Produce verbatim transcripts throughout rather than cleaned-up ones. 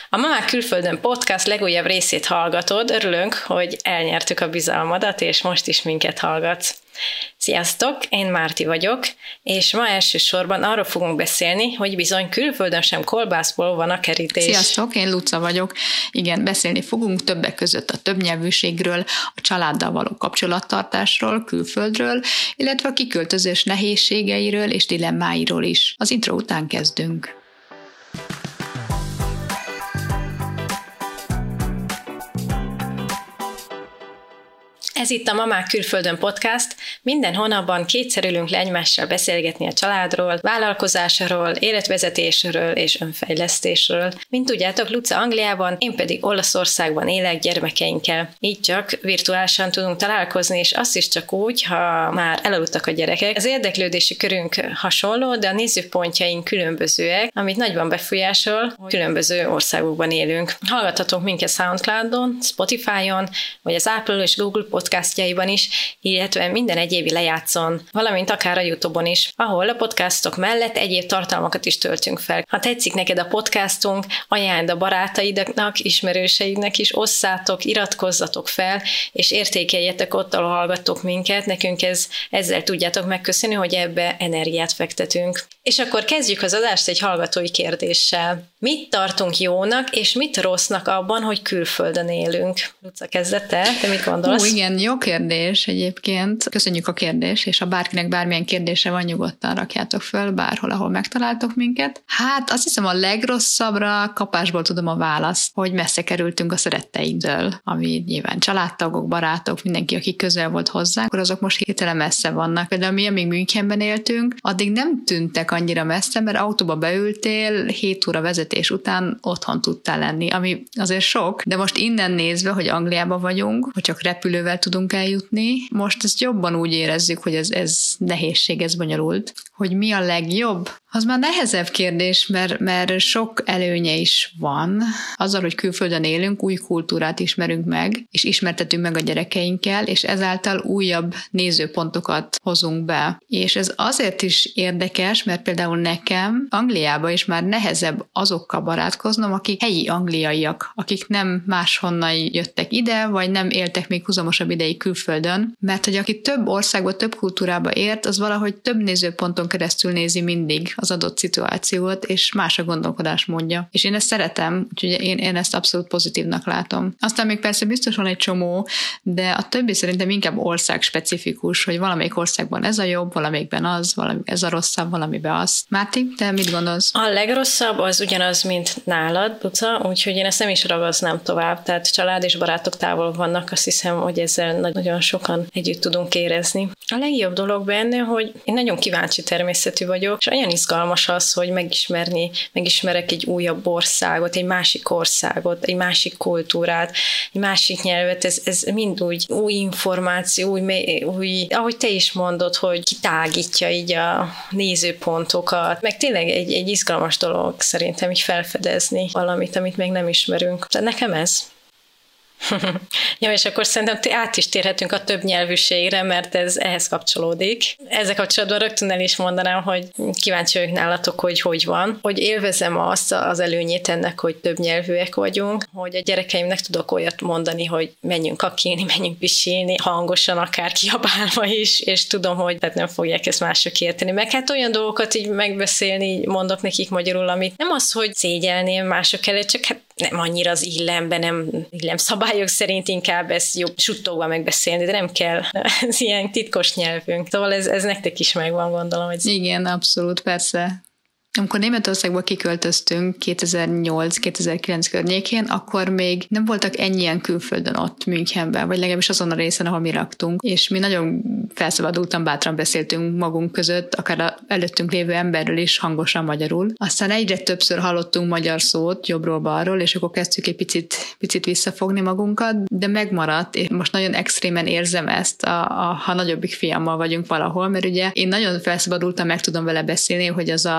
A Mamák Külföldön podcast legújabb részét hallgatod. Örülünk, hogy elnyertük a bizalmadat, és most is minket hallgatsz. Sziasztok, én Márti vagyok, és ma elsősorban arról fogunk beszélni, hogy bizony külföldön sem kolbászból van a kerítés. Sziasztok, én Luca vagyok. Igen, beszélni fogunk többek között a többnyelvűségről, a családdal való kapcsolattartásról, külföldről, illetve a kiköltözés nehézségeiről és dilemmáiról is. Az intro után kezdünk. Ez itt a Mamák Külföldön podcast. Minden hónapban kétszer ülünk le egymással beszélgetni a családról, vállalkozásról, életvezetésről és önfejlesztésről. Mint tudjátok, Luca Angliában, én pedig Olaszországban élek gyermekeinkkel. Így csak virtuálisan tudunk találkozni, és azt is csak úgy, ha már elaludtak a gyerekek. Az érdeklődési körünk hasonló, de a nézőpontjaink különbözőek, amit nagyban befolyásol, hogy különböző országokban élünk. Hallgathatunk minket SoundCloudon, Spotify-on, vagy az Apple és Google podcastjaiban is, illetve minden egyébi lejátszon, valamint akár a YouTube-on is, ahol a podcastok mellett egyéb tartalmakat is töltünk fel. Ha tetszik neked a podcastunk, ajánld a barátaidnak, ismerőseidnek is, osszátok, iratkozzatok fel, és értékeljetek ott, ahol hallgattok minket. Nekünk ez, ezzel tudjátok megköszönni, hogy ebbe energiát fektetünk. És akkor kezdjük az adást egy hallgatói kérdéssel. Mit tartunk jónak, és mit rossznak abban, hogy külföldön élünk? Luca, kezdett el? Te mit gondolsz? Hú, igen, jó kérdés egyébként. Köszönjük a kérdést, és ha bárkinek bármilyen kérdése van, nyugodtan rakjátok föl bárhol, ahol megtaláltok minket. Hát azt hiszem a legrosszabbra kapásból tudom a választ, hogy messze kerültünk a szeretteinktől, ami nyilván családtagok, barátok, mindenki, aki közel volt hozzá, akkor azok most hirtelen messze vannak. Például mi, amíg Münchenben éltünk, addig nem tűntek annyira messze, mert autóba beültél, hét óra vezetés után otthon tudtál lenni, ami azért sok, de most innen nézve, hogy Angliában vagyunk, hogy csak repülővel tudunk eljutni, most ezt jobban úgy érezzük, hogy ez, ez nehézség, ez bonyolult. Hogy mi a legjobb? Az már nehezebb kérdés, mert, mert sok előnye is van. Azzal, hogy külföldön élünk, új kultúrát ismerünk meg, és ismertetünk meg a gyerekeinkkel, és ezáltal újabb nézőpontokat hozunk be. És ez azért is érdekes, mert például nekem Angliában is már nehezebb azokkal barátkoznom, akik helyi angliaiak, akik nem máshonnan jöttek ide, vagy nem éltek még húzamosabb ideig külföldön, mert hogy aki több országba, több kultúrába ért, az valahogy több nézőponton keresztül nézi mindig az adott szituációt, és más a gondolkodásmódja. És én ezt szeretem, úgyhogy én, én ezt abszolút pozitívnak látom. Aztán még persze biztos van egy csomó, de a többi szerintem inkább ország specifikus, hogy valamelyik országban ez a jobb, valamelyikben az, valami ez a rosszabb, valamiben az. Máté, te mit gondolsz? A legrosszabb az ugyanaz, mint nálad, Luca, úgyhogy én ezt nem is ragaznám tovább. Tehát család és barátok távol vannak, azt hiszem, hogy ezzel nagyon sokan együtt tudunk érezni. A legjobb dolog benne, hogy én nagyon kíváncsi természetű vagyok, és olyan izgalmas az, hogy megismerni, megismerek egy újabb országot, egy másik országot, egy másik kultúrát, egy másik nyelvet, ez, ez mind úgy új információ, új, új, ahogy te is mondod, hogy kitágítja így a nézőpontokat, meg tényleg egy, egy izgalmas dolog szerintem így felfedezni valamit, amit még nem ismerünk. Tehát nekem ez. Ja, és akkor szerintem át is térhetünk a több nyelvűségre, mert ez ehhez kapcsolódik. Ezzel kapcsolatban rögtön el is mondanám, hogy kíváncsi vagyok nálatok, hogy hogy van, hogy élvezem azt az előnyét ennek, hogy több nyelvűek vagyunk, hogy a gyerekeimnek tudok olyat mondani, hogy menjünk kakilni, menjünk pisilni, hangosan, akár kiabálva is, és tudom, hogy tehát nem fogják ezt mások érteni. Meg hát olyan dolgokat így megbeszélni, így mondok nekik magyarul, amit nem az, hogy szégyelném mások előtt, csak hát nem annyira az illemben, nem illem szabályok szerint, inkább ezt jobb suttogva megbeszélni, de nem kell, ez ilyen titkos nyelvünk. Szóval ez, ez nektek is megvan, gondolom. Hogy... Igen, abszolút, persze. Amikor Németországba kiköltöztünk kétezer-nyolc kétezer-kilenc környékén, akkor még nem voltak ennyien külföldön ott Münchenben, vagy legalábbis azon a részen, ahol mi laktunk, és mi nagyon felszabadultan, bátran beszéltünk magunk között, akár az előttünk lévő emberről is hangosan magyarul. Aztán egyre többször hallottunk magyar szót jobbról-balról, és akkor kezdtük egy picit, picit visszafogni magunkat, de megmaradt, és most nagyon extrémen érzem ezt, a, a, ha nagyobbik fiammal vagyunk valahol, mert ugye én nagyon felszabadultan meg tudom vele beszélni, hogy az a néni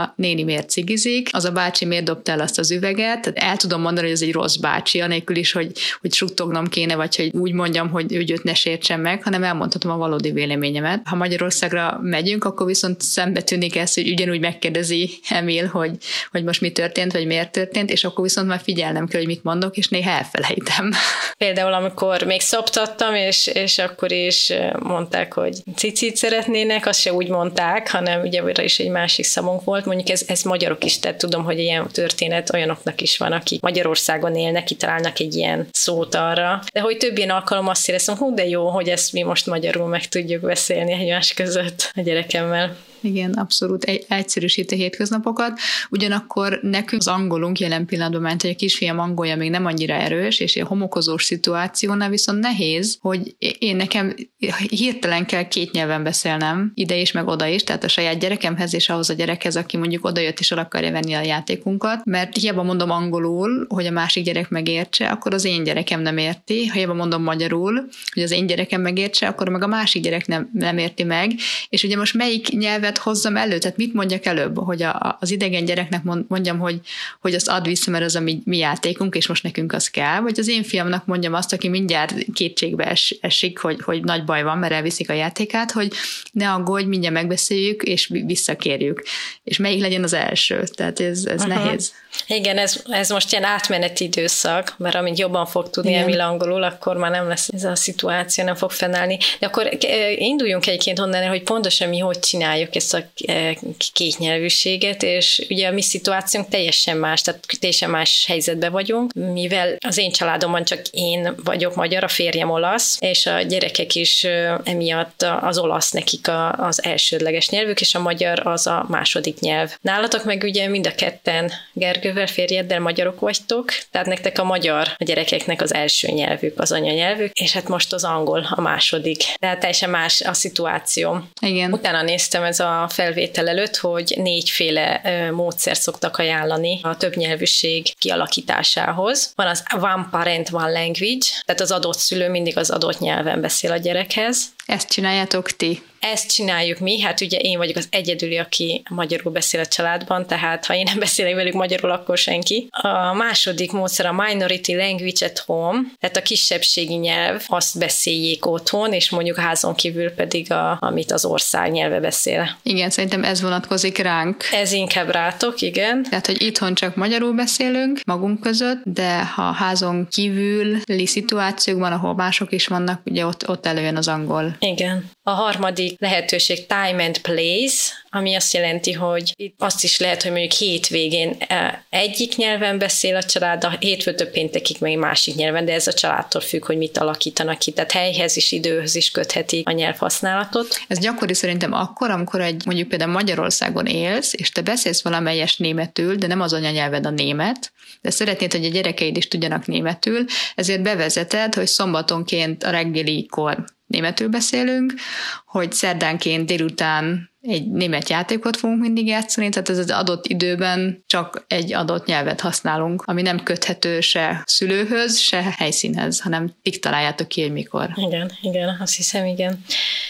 miért cigizik, az a bácsi miért dobta el azt az üveget, tehát el tudom mondani, hogy ez egy rossz bácsi, anélkül is, hogy, hogy suttognom kéne, vagy hogy úgy mondjam, hogy, hogy őt ne sértsem meg, hanem elmondhatom a valódi véleményemet. Ha Magyarországra megyünk, akkor viszont szembe tűnik ez, hogy ugyanúgy megkérdezi Emil, hogy, hogy most mi történt, vagy miért történt, és akkor viszont már figyelnem kell, hogy mit mondok, és néha elfelejtem. Például, amikor még szoptattam, és, és akkor is mondták, hogy cicit szeretnének, azt se úgy mondták, hanem ugye is egy másik szavunk volt. Mondjuk ez, ez magyarok is, tehát tudom, hogy ilyen történet olyanoknak is van, akik Magyarországon élnek, kitalálnak egy ilyen szót arra. De hogy több ilyen alkalom azt éreztem, hú, de jó, hogy ezt mi most magyarul meg tudjuk beszélni egymás között a gyerekemmel. Igen, abszolút egy, egyszerűsíti a hétköznapokat. Ugyanakkor nekünk az angolunk jelen pillanatban, mert hogy a kisfiam angolja még nem annyira erős, és ilyen homokozós szituációnál viszont nehéz, hogy én nekem hirtelen kell két nyelven beszélnem, ide is, meg oda is, tehát a saját gyerekemhez és ahhoz a gyerekhez, aki mondjuk odajött és el akarja venni a játékunkat, mert hiába mondom angolul, hogy a másik gyerek megértse, akkor az én gyerekem nem érti, ha hiába mondom magyarul, hogy az én gyerekem megértse, akkor meg a másik gyerek nem, nem érti meg, és ugye most melyik nyelvet hozzam elő, tehát mit mondjak előbb, hogy a, az idegen gyereknek mondjam, hogy, hogy azt add vissza, mert az a mi, mi játékunk, és most nekünk az kell, vagy az én fiamnak mondjam azt, aki mindjárt kétségbe es, esik, hogy, hogy nagy baj van, mert elviszik a játékát, hogy ne aggódj, mindjárt megbeszéljük, és visszakérjük. És melyik legyen az első? Tehát ez, ez nehéz. Igen, ez, ez most ilyen átmeneti időszak, mert amint jobban fog tudni Emil angolul, akkor már nem lesz ez a szituáció, nem fog fennállni. De akkor induljunk egyébként onnan, hogy pontosan mi hogy csináljuk ezt a kétnyelvűséget, és ugye a mi szituációnk teljesen más, tehát teljesen más helyzetben vagyunk, mivel az én családomban csak én vagyok magyar, a férjem olasz, és a gyerekek is emiatt az olasz nekik az elsődleges nyelvük, és a magyar az a második nyelv. Nálatok meg ugye mind a ketten Gergővel, férjeddel magyarok vagytok, tehát nektek a magyar a gyerekeknek az első nyelvük, az anyanyelvük, és hát most az angol a második. Tehát teljesen más a szituáció. Igen. Utána néztem ez a felvétel előtt, hogy négyféle módszert szoktak ajánlani a többnyelvűség kialakításához. Van az one parent, one language, tehát az adott szülő mindig az adott nyelven beszél a gyerekhez. Ezt csináljátok ti? Ezt csináljuk mi, hát ugye én vagyok az egyedüli, aki magyarul beszél a családban, tehát ha én nem beszélek velük magyarul, akkor senki. A második módszer a minority language at home, tehát a kisebbségi nyelv, azt beszéljék otthon, és mondjuk a házon kívül pedig a, amit az ország nyelve beszél. Igen, szerintem ez vonatkozik ránk. Ez inkább rátok, igen. Tehát, hogy itthon csak magyarul beszélünk magunk között, de ha házon kívüli szituációkban, ahol mások is vannak, ugye ott, ott előjön az angol. Igen. A harmadik lehetőség time and place, ami azt jelenti, hogy itt azt is lehet, hogy mondjuk hétvégén egyik nyelven beszél a család, a hétfőtől péntekig meg másik nyelven, de ez a családtól függ, hogy mit alakítanak ki. Tehát helyhez és időhöz is köthetik a nyelvhasználatot. Ez gyakori szerintem akkor, amikor egy, mondjuk például Magyarországon élsz, és te beszélsz valamelyes németül, de nem az anyanyelved a német, de szeretnéd, hogy a gyerekeid is tudjanak németül, ezért bevezeted, hogy szombatonként a reggelikor németül beszélünk, hogy szerdánként délután egy német játékot fogunk mindig játszani, tehát ez az adott időben csak egy adott nyelvet használunk, ami nem köthető se szülőhöz, se helyszínhez, hanem ti találjátok ki, hogy mikor. Igen, igen, azt hiszem, igen.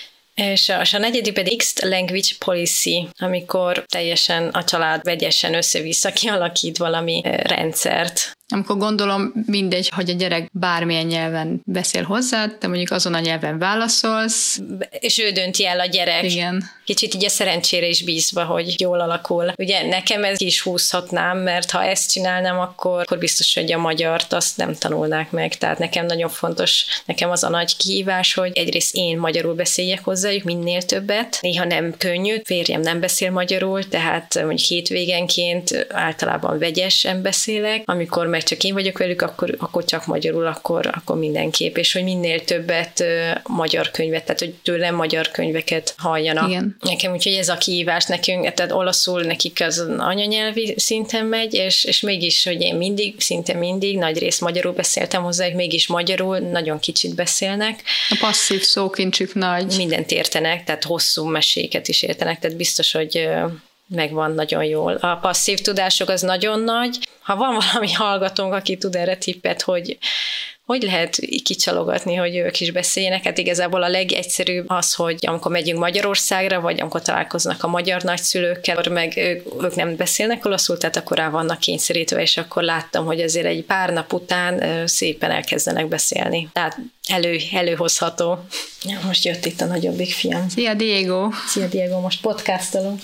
És a, és a negyedik pedig Mixed Language Policy, amikor teljesen a család vegyesen össze-vissza kialakít valami rendszert. Amikor gondolom mindegy, hogy a gyerek bármilyen nyelven beszél hozzá, te mondjuk azon a nyelven válaszolsz. És ő dönti el a gyerek. Igen. Kicsit így a szerencsére is bízva, hogy jól alakul. Ugye nekem ez is húzhatnám, mert ha ezt csinálnám, akkor, akkor biztos, hogy a magyart azt nem tanulnák meg. Tehát nekem nagyon fontos, nekem az a nagy kihívás, hogy egyrészt én magyarul beszéljek hozzájuk minél többet. Néha nem könnyű, férjem nem beszél magyarul, tehát mondjuk hétvégenként általában vegyesen beszélek, amikor meg csak én vagyok velük, akkor, akkor csak magyarul, akkor, akkor mindenképp, és hogy minél többet uh, magyar könyvet, tehát hogy tőlem magyar könyveket halljanak. Igen. Nekem úgyhogy ez a kihívás nekünk, tehát olaszul nekik az anyanyelvi szinten megy, és, és mégis, hogy én mindig, szinte mindig, nagy rész magyarul beszéltem hozzájuk, mégis magyarul nagyon kicsit beszélnek. A passzív szókincsük nagy. Mindent értenek, tehát hosszú meséket is értenek, tehát biztos, hogy uh, megvan nagyon jól. A passzív tudások az nagyon nagy. Ha van valami hallgatónk, aki tud erre tippet, hogy hogy lehet kicsalogatni, hogy ők is beszéljenek? Hát igazából a legegyszerűbb az, hogy amikor megyünk Magyarországra, vagy amikor találkoznak a magyar nagyszülőkkel, meg ők, ők nem beszélnek olaszul, tehát akkor rá vannak kényszerítve, és akkor láttam, hogy azért egy pár nap után szépen elkezdenek beszélni. Tehát elő, előhozható. Ja, most jött itt a nagyobbik fiam. Szia, Diego! Szia, Diego, most podcastolunk.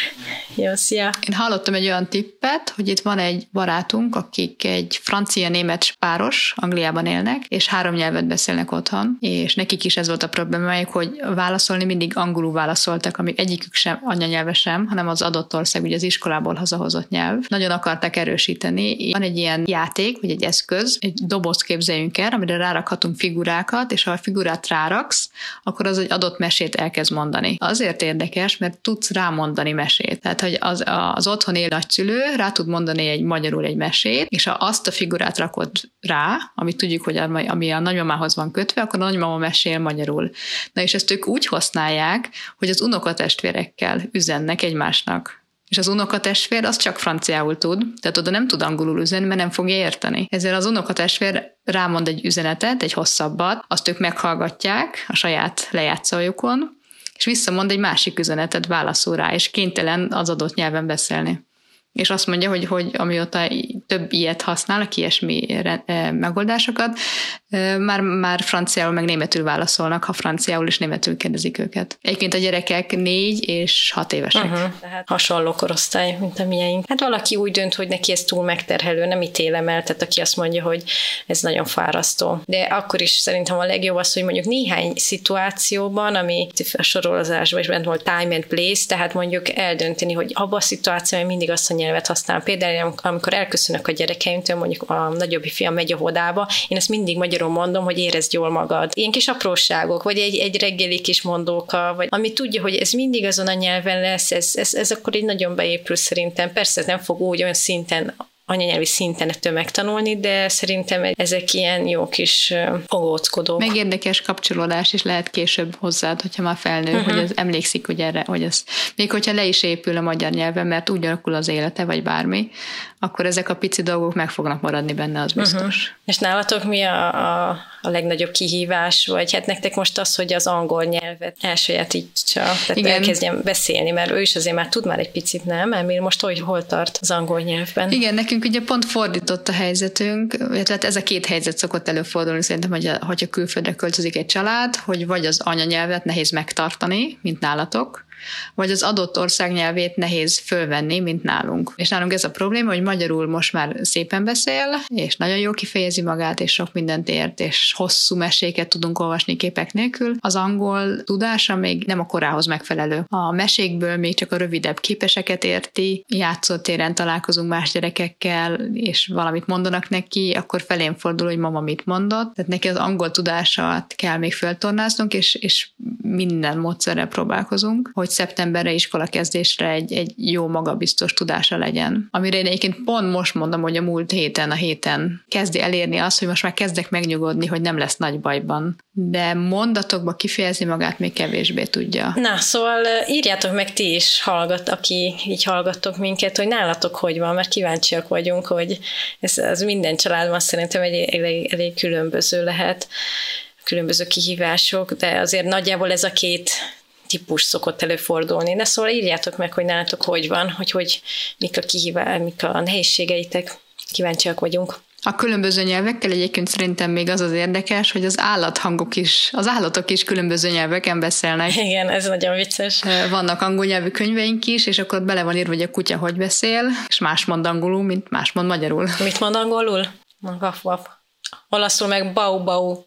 Jó, szia! Én hallottam egy olyan tippet, hogy itt van egy barátunk, akik egy francia-német páros, Angliában élnek, és három nyelvet beszélnek otthon, és nekik is ez volt a problémájuk, hogy válaszolni mindig angolul válaszoltak, ami egyikük sem anyanyelve sem, hanem az adott ország, ugye az iskolából hazahozott nyelv. Nagyon akarták erősíteni. Van egy ilyen játék, vagy egy eszköz, egy dobozt képzeljünk el, amire rárakhatunk figurákat, és ha a figurát ráraksz, akkor az egy adott mesét elkezd mondani. Azért érdekes, mert tudsz rámondani mesét. Tehát, hogy az, az otthon él nagyszülő rá tud mondani egy magyarul egy mesét, és ha azt a figurát rakod rá, amit tudjuk, hogy ami a nagymamához van kötve, akkor a nagymama mesél magyarul. Na és ezt ők úgy használják, hogy az unokatestvérekkel üzennek egymásnak. És az unokatestvér az csak franciául tud, tehát oda nem tud angolul üzenni, mert nem fogja érteni. Ezért az unokatestvér rámond egy üzenetet, egy hosszabbat, azt ők meghallgatják a saját lejátszójukon, és visszamond egy másik üzenetet válaszul rá, és kénytelen az adott nyelven beszélni. És azt mondja, hogy, hogy amióta több ilyet használnak, ilyesmi megoldásokat, már, már franciául meg németül válaszolnak, ha franciául és németül kérdezik őket. Egyébként a gyerekek négy és hat évesek. Uh-huh. Tehát hasonló korosztály, mint a miénk. Hát valaki úgy dönt, hogy neki ez túl megterhelő, nem ítélem el, tehát aki azt mondja, hogy ez nagyon fárasztó. De akkor is szerintem a legjobb az, hogy mondjuk néhány szituációban, ami a sorolozásban is bent volt time and place, tehát mondjuk eldönteni, hogy abban a szituációban mindig azt a nyelvet használom. Például, amikor elköszönök a gyerekeimtől, mondjuk a nagyobbi fiam megy a vodába, én ezt mindig magyarul mondom, hogy érezd jól magad. Ilyen kis apróságok, vagy egy, egy reggeli kis mondóka, vagy ami tudja, hogy ez mindig azon a nyelven lesz, ez, ez, ez akkor így nagyon beépül szerintem. Persze ez nem fog úgy olyan szinten, anyanyelvi szinten ettől megtanulni, de szerintem ezek ilyen jó kis fogóckodók. Meg érdekes kapcsolódás is lehet később hozzád, hogyha már felnő, uh-huh. hogy az emlékszik, hogy erre, hogy ez, még hogyha le is épül a magyar nyelven, mert úgy alakul az élete, vagy bármi, akkor ezek a pici dolgok meg fognak maradni benne, az biztos. Uh-huh. És nálatok mi a, a, a legnagyobb kihívás, vagy hát nektek most az, hogy az angol nyelvet elsajátítsa, tehát igen. elkezdjem beszélni, mert ő is azért már tud már egy picit, nem? Mert most hogy hol tart az angol nyelvben? Igen, nekünk ugye pont fordított a helyzetünk, tehát ez a két helyzet szokott előfordulni szerintem, hogy a, hogyha külföldre költözik egy család, hogy vagy az anyanyelvet nehéz megtartani, mint nálatok, vagy az adott ország nyelvét nehéz fölvenni, mint nálunk. És nálunk ez a probléma, hogy magyarul most már szépen beszél, és nagyon jól kifejezi magát, és sok mindent ért, és hosszú meséket tudunk olvasni képek nélkül. Az angol tudása még nem a korához megfelelő. A mesékből még csak a rövidebb képeseket érti, játszótéren találkozunk más gyerekekkel, és valamit mondanak neki, akkor felén fordul, hogy mama mit mondott. Tehát neki az angol tudását kell még föltornáznunk, és, és minden módszerrel próbálkozunk, hogy szeptemberre iskolakezdésre egy, egy jó magabiztos tudása legyen. Amire én egyébként pont most mondom, hogy a múlt héten, a héten kezdi elérni azt, hogy most már kezdek megnyugodni, hogy nem lesz nagy bajban. De mondatokba kifejezni magát még kevésbé tudja. Na, szóval írjátok meg ti is, hallgat, aki így hallgattok minket, hogy nálatok hogy van, mert kíváncsiak vagyunk, hogy ez, ez minden családban szerintem egy elég, elég különböző lehet, különböző kihívások, de azért nagyjából ez a két típus szokott előfordulni. De szóval írjátok meg, hogy nálatok hogy van, hogy, hogy mik a kihívás, mik a nehézségeitek. Kíváncsiak vagyunk. A különböző nyelvekkel egyébként szerintem még az az érdekes, hogy az állathangok is, az állatok is különböző nyelveken beszélnek. Igen, ez nagyon vicces. Vannak angol nyelvű könyveink is, és akkor bele van írva, hogy a kutya hogy beszél, és más mond angolul, mint más mond magyarul. Mit mond angolul? Vaf, vaf. Olaszul meg bau-bau.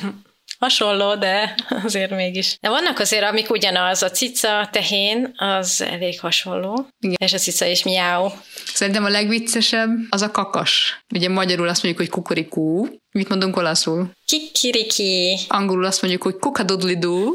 Hasonló, de azért mégis. De vannak azért, amik ugyanaz, a cica, tehén, az elég hasonló. Igen. És a cica is miau. Szerintem a legviccesebb az a kakas. Ugye magyarul azt mondjuk, hogy kukorikú. Mit mondunk olaszul? Kikiriki. Angolul azt mondjuk, hogy kukadudlidu.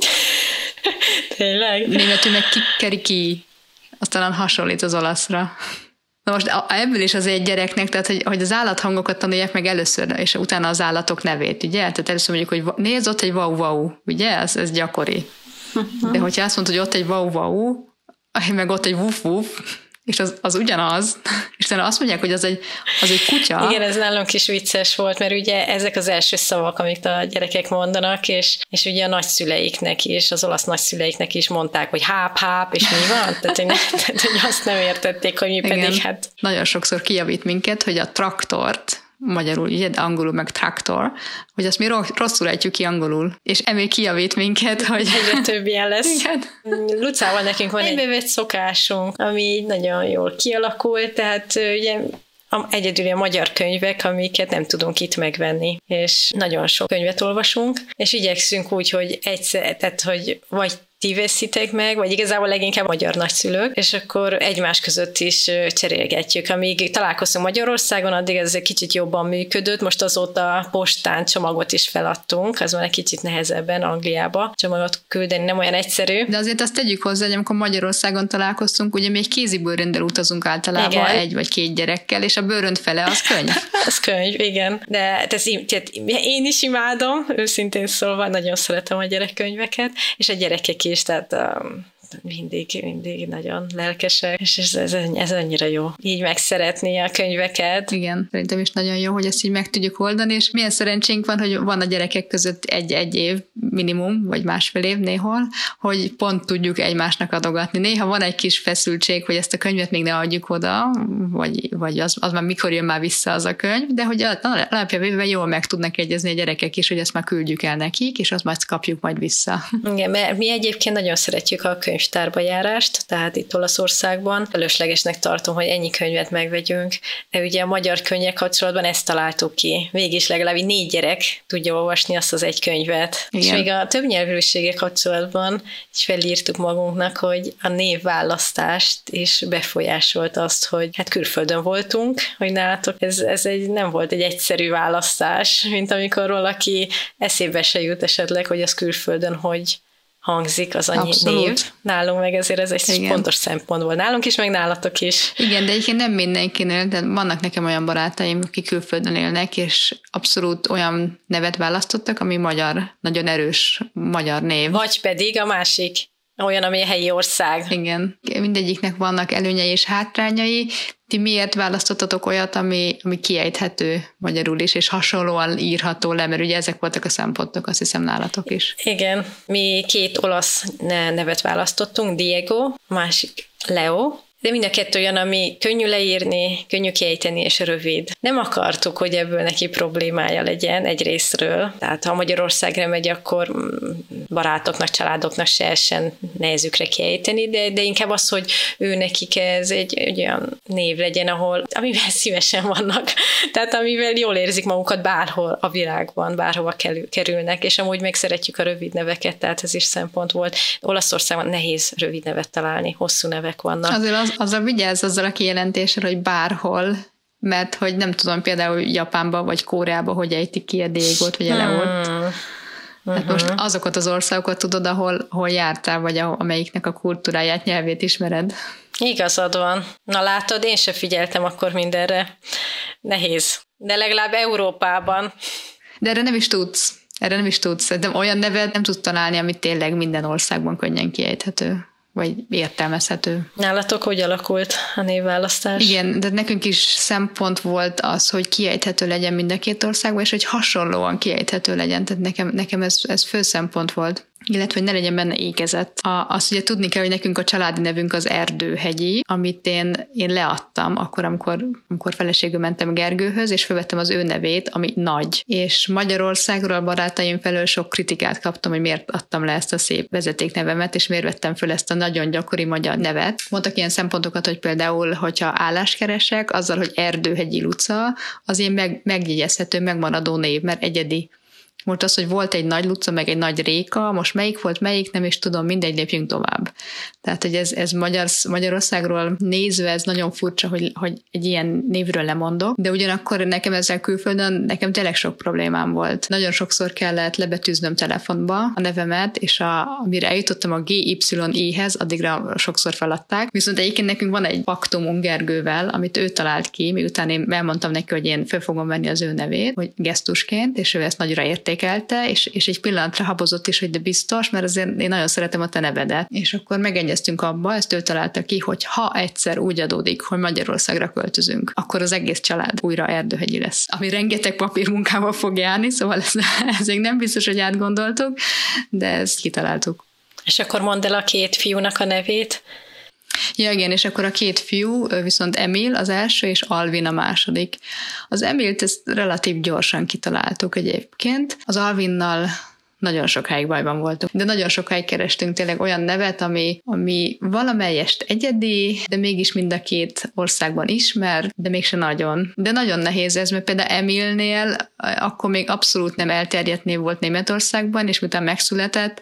Tényleg? Németül meg kikeriki. Aztán hasonlít az olaszra. Na most ebből is az egy gyereknek, tehát hogy, hogy az állathangokat tanulják meg először, és utána az állatok nevét, ugye? Tehát először mondjuk, hogy nézd, ott egy wow-wow, ugye? Ez, ez gyakori. De hogyha azt mondod, hogy ott egy wow-wow, meg ott egy wuf-wuf, és az, az ugyanaz, és talán azt mondják, hogy az egy, az egy kutya. Igen, ez nálunk is vicces volt, mert ugye ezek az első szavak, amit a gyerekek mondanak, és, és ugye a nagyszüleiknek is, az olasz nagyszüleiknek is mondták, hogy háp, háp, és mi van? Tehát, hogy, ne, tehát, hogy azt nem értették, hogy mi pedig igen. hát... Nagyon sokszor kijavít minket, hogy a traktort, magyarul, ugye, de angolul meg traktor, hogy azt mi rosszul ejtjük ki angolul, és emiatt kijavít minket, hogy... Egyre több ilyen lesz. Igen. Lucával nekünk van egy bevett szokásunk, ami így nagyon jól kialakult, tehát ugye egyedül a magyar könyvek, amiket nem tudunk itt megvenni, és nagyon sok könyvet olvasunk, és igyekszünk úgy, hogy egyszer, tehát hogy vagy ti veszitek meg, vagy igazából leginkább magyar nagyszülők, és akkor egymás között is cserélgetjük. Amíg találkoztunk Magyarországon, addig ez egy kicsit jobban működött, most azóta postán csomagot is feladtunk, az van egy kicsit nehezebben Angliába csomagot küldeni, nem olyan egyszerű. De azért azt tegyük hozzá, hogy amikor Magyarországon találkoztunk, ugye még kézi bőröndel utazunk általában, igen. Egy vagy két gyerekkel, és a bőrönd fele az könyv. Az könyv, igen. De ez, tehát én is imádom, őszintén szólva, nagyon szeretem a gyerekkönyveket, és a gyerekek is, tehát um, mindig, mindig nagyon lelkesek, és ez, ez, ez annyira jó. Így megszeretni a könyveket. Igen, szerintem is nagyon jó, hogy ezt így meg tudjuk oldani, és milyen szerencsénk van, hogy van a gyerekek között egy-egy év minimum, vagy másfél év néhol, hogy pont tudjuk egymásnak adogatni. Néha van egy kis feszültség, hogy ezt a könyvet még ne adjuk oda, vagy, vagy az, az már mikor jön már vissza az a könyv, de hogy alapja véve jól meg tudnak egyezni a gyerekek is, hogy ezt már küldjük el nekik, és azt majd kapjuk majd vissza. Igen, mert mi egyébként nagyon szeretjük a könyv könyvtárba járást, tehát itt Olaszországban. Fölöslegesnek tartom, hogy ennyi könyvet megvegyünk. De ugye a magyar könyvek kapcsolatban ezt találtuk ki. Végig is legalább négy gyerek tudja olvasni azt az egy könyvet. Igen. És még a többnyelvűséggel kapcsolatban is felírtuk magunknak, hogy a névválasztást is befolyásolt azt, hogy hát külföldön voltunk, hogy nálatok ez, ez egy, nem volt egy egyszerű választás, mint amikor valaki eszébe se jut esetleg, hogy az külföldön hogy hangzik az annyi abszolút. Név. Nálunk meg ezért ez egy igen. fontos szempont volt. Nálunk is, meg nálatok is. Igen, de egyébként nem mindenkinél, de vannak nekem olyan barátaim, akik külföldön élnek, és abszolút olyan nevet választottak, ami magyar, nagyon erős magyar név. Vagy pedig a másik, olyan, ami a helyi ország. Igen. Mindegyiknek vannak előnyei és hátrányai. Ti miért választottatok olyat, ami, ami kiejthető magyarul is, és hasonlóan írható le, mert ugye ezek voltak a szempontok, azt hiszem nálatok is. Igen. Mi két olasz nevet választottunk, Diego, másik Leo, de mind a kettő olyan, ami könnyű leírni, könnyű kiejteni és rövid. Nem akartuk, hogy ebből neki problémája legyen egy részről. Tehát ha Magyarországra megy, akkor barátoknak, családoknak se essen nehezükre kiejteni, de, de inkább az, hogy ő nekik ez egy, egy olyan név legyen, ahol, amivel szívesen vannak. Tehát amivel jól érzik magukat bárhol a világban, bárhova kerülnek, és amúgy meg szeretjük a rövid neveket, tehát ez is szempont volt. Olaszországban nehéz rövid nevet találni, hosszú nevek vannak. Azért az, azzal vigyázz azzal a kijelentéssel, hogy bárhol, mert hogy nem tudom, például Japánban vagy Koreában, hogy ejtik ki a Diegót vagy a Leót. Hmm. Hát uh-huh. most azokat az országokat tudod, ahol, ahol jártál, vagy amelyiknek a kultúráját, nyelvét ismered. Igazad van. Na látod, én se figyeltem akkor mindenre. Nehéz. De legalább Európában. De erre nem is tudsz. Erre nem is tudsz. De olyan nevet nem tudsz találni, amit tényleg minden országban könnyen kiejthető, vagy értelmezhető. Nálatok hogy alakult a névválasztás? Igen, de nekünk is szempont volt az, hogy kiejthető legyen mind a két országban, és hogy hasonlóan kiejthető legyen. Tehát nekem, nekem ez, ez fő szempont volt. Illetve, hogy ne legyen benne ékezet. A, azt ugye tudni kell, hogy nekünk a családi nevünk az Erdőhegyi, amit én, én leadtam akkor, amikor, amikor feleségül mentem Gergőhöz, és felvettem az ő nevét, ami Nagy. És Magyarországról a barátaim felől sok kritikát kaptam, hogy miért adtam le ezt a szép vezetéknevemet, és miért vettem föl ezt a nagyon gyakori magyar nevet. Mondtak ilyen szempontokat, hogy például, hogyha állást keresek, azzal, hogy Erdőhegyi Luca, az én meg, megjegyezhető, megmaradó név, mert egyedi. Most az, hogy volt egy nagy Luca, meg egy nagy Réka, most melyik volt, melyik, nem is tudom, mindegy, lépjünk tovább. Tehát, hogy ez, ez Magyar, Magyarországról nézve, ez nagyon furcsa, hogy, hogy egy ilyen névről lemondok, de ugyanakkor nekem ezzel külföldön, nekem tényleg sok problémám volt. Nagyon sokszor kellett lebetűznöm telefonba a nevemet, és a, amire eljutottam a gé ipszilon i-hez, addigra sokszor feladták. Viszont egyébként nekünk van egy paktumunk Gergővel, amit ő talált ki, miután én elmondtam neki, hogy én fel fogom venni az ő nevét, hogy gesztusként, és ő ezt nagyra érték. értékelte, és, és egy pillanatra habozott is, hogy de biztos, mert azért én nagyon szeretem a te nevedet. És akkor megegyeztünk abba, ezt ő találta ki, hogy ha egyszer úgy adódik, hogy Magyarországra költözünk, akkor az egész család újra Erdőhegyi lesz. Ami rengeteg papírmunkával fog járni, szóval ez, ez még nem biztos, hogy átgondoltuk, de ezt kitaláltuk. És akkor mondd el a két fiúnak a nevét. Ja, igen, és akkor a két fiú, viszont Emil az első, és Alvin a második. Az Emilt ezt relatív gyorsan kitaláltuk egyébként. Az Alvinnal nagyon sokáig bajban voltunk, de nagyon sokáig kerestünk tényleg olyan nevet, ami, ami valamelyest egyedi, de mégis mind a két országban ismer, de mégse nagyon. De nagyon nehéz ez, mert például Emilnél akkor még abszolút nem elterjedt név volt Németországban, és miután megszületett,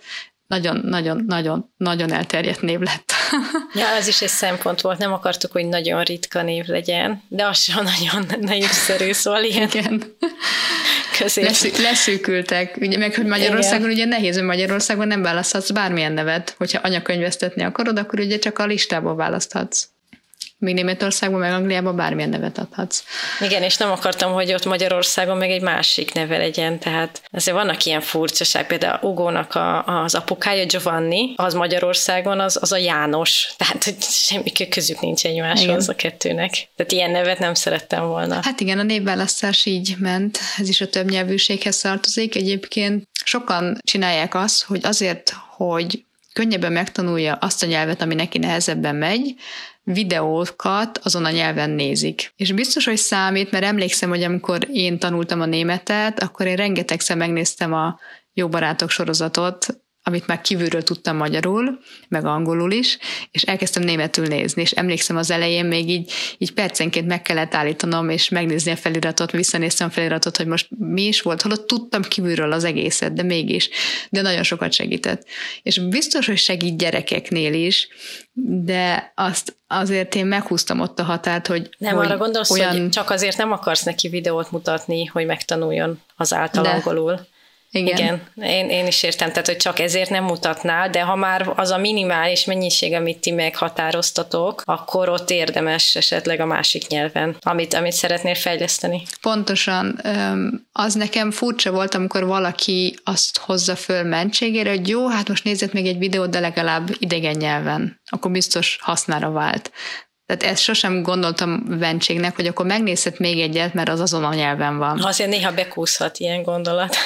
nagyon-nagyon-nagyon-nagyon elterjedt név lett. Ja, az is egy szempont volt, nem akartuk, hogy nagyon ritka név legyen, de az sem nagyon népszerű, szóval ilyen igen. közép. Leszű, leszűkültek, ugye, meg hogy Magyarországon igen. Ugye nehéz, hogy Magyarországon nem választhatsz bármilyen nevet, hogyha anyakönyvesztetni akarod, akkor ugye csak a listából választhatsz. Míg Németországban, meg Angliában bármilyen nevet adhatsz. Igen, és nem akartam, hogy ott Magyarországon meg egy másik neve legyen, tehát azért vannak ilyen furcsaság, például Ugónak a, az apukája Giovanni, az Magyarországon az, az a János, tehát hogy semmi közük nincs egymáshoz igen. a kettőnek. Tehát ilyen nevet nem szerettem volna. Hát igen, a névválasztás így ment, ez is a többnyelvűséghez tartozik. Egyébként sokan csinálják azt, hogy azért, hogy könnyebben megtanulja azt a nyelvet, ami neki nehezebben megy, videókat azon a nyelven nézik. És biztos, hogy számít, mert emlékszem, hogy amikor én tanultam a németet, akkor én rengetegszer megnéztem a Jó barátok sorozatot, amit már kívülről tudtam magyarul, meg angolul is, és elkezdtem németül nézni, és emlékszem az elején még így, így percenként meg kellett állítanom, és megnézni a feliratot, visszanéztem a feliratot, hogy most mi is volt, holott tudtam kívülről az egészet, de mégis, de nagyon sokat segített. És biztos, hogy segít gyerekeknél is, de azt azért én meghúztam ott a határt, hogy nem hogy arra gondolsz, olyan... hogy csak azért nem akarsz neki videót mutatni, hogy megtanuljon az által de... angolul. Igen, Igen. Én, én is értem, tehát hogy csak ezért nem mutatnál, de ha már az a minimális mennyiség, amit ti meghatároztatok, akkor ott érdemes esetleg a másik nyelven, amit, amit szeretnél fejleszteni. Pontosan. Az nekem furcsa volt, amikor valaki azt hozza föl mentségére, hogy jó, hát most nézzet még egy videót, de legalább idegen nyelven. Akkor biztos hasznára vált. Tehát ezt sosem gondoltam vendségnek, hogy akkor megnézhet még egyet, mert az azon a nyelven van. Azért néha bekúszhat ilyen gondolat.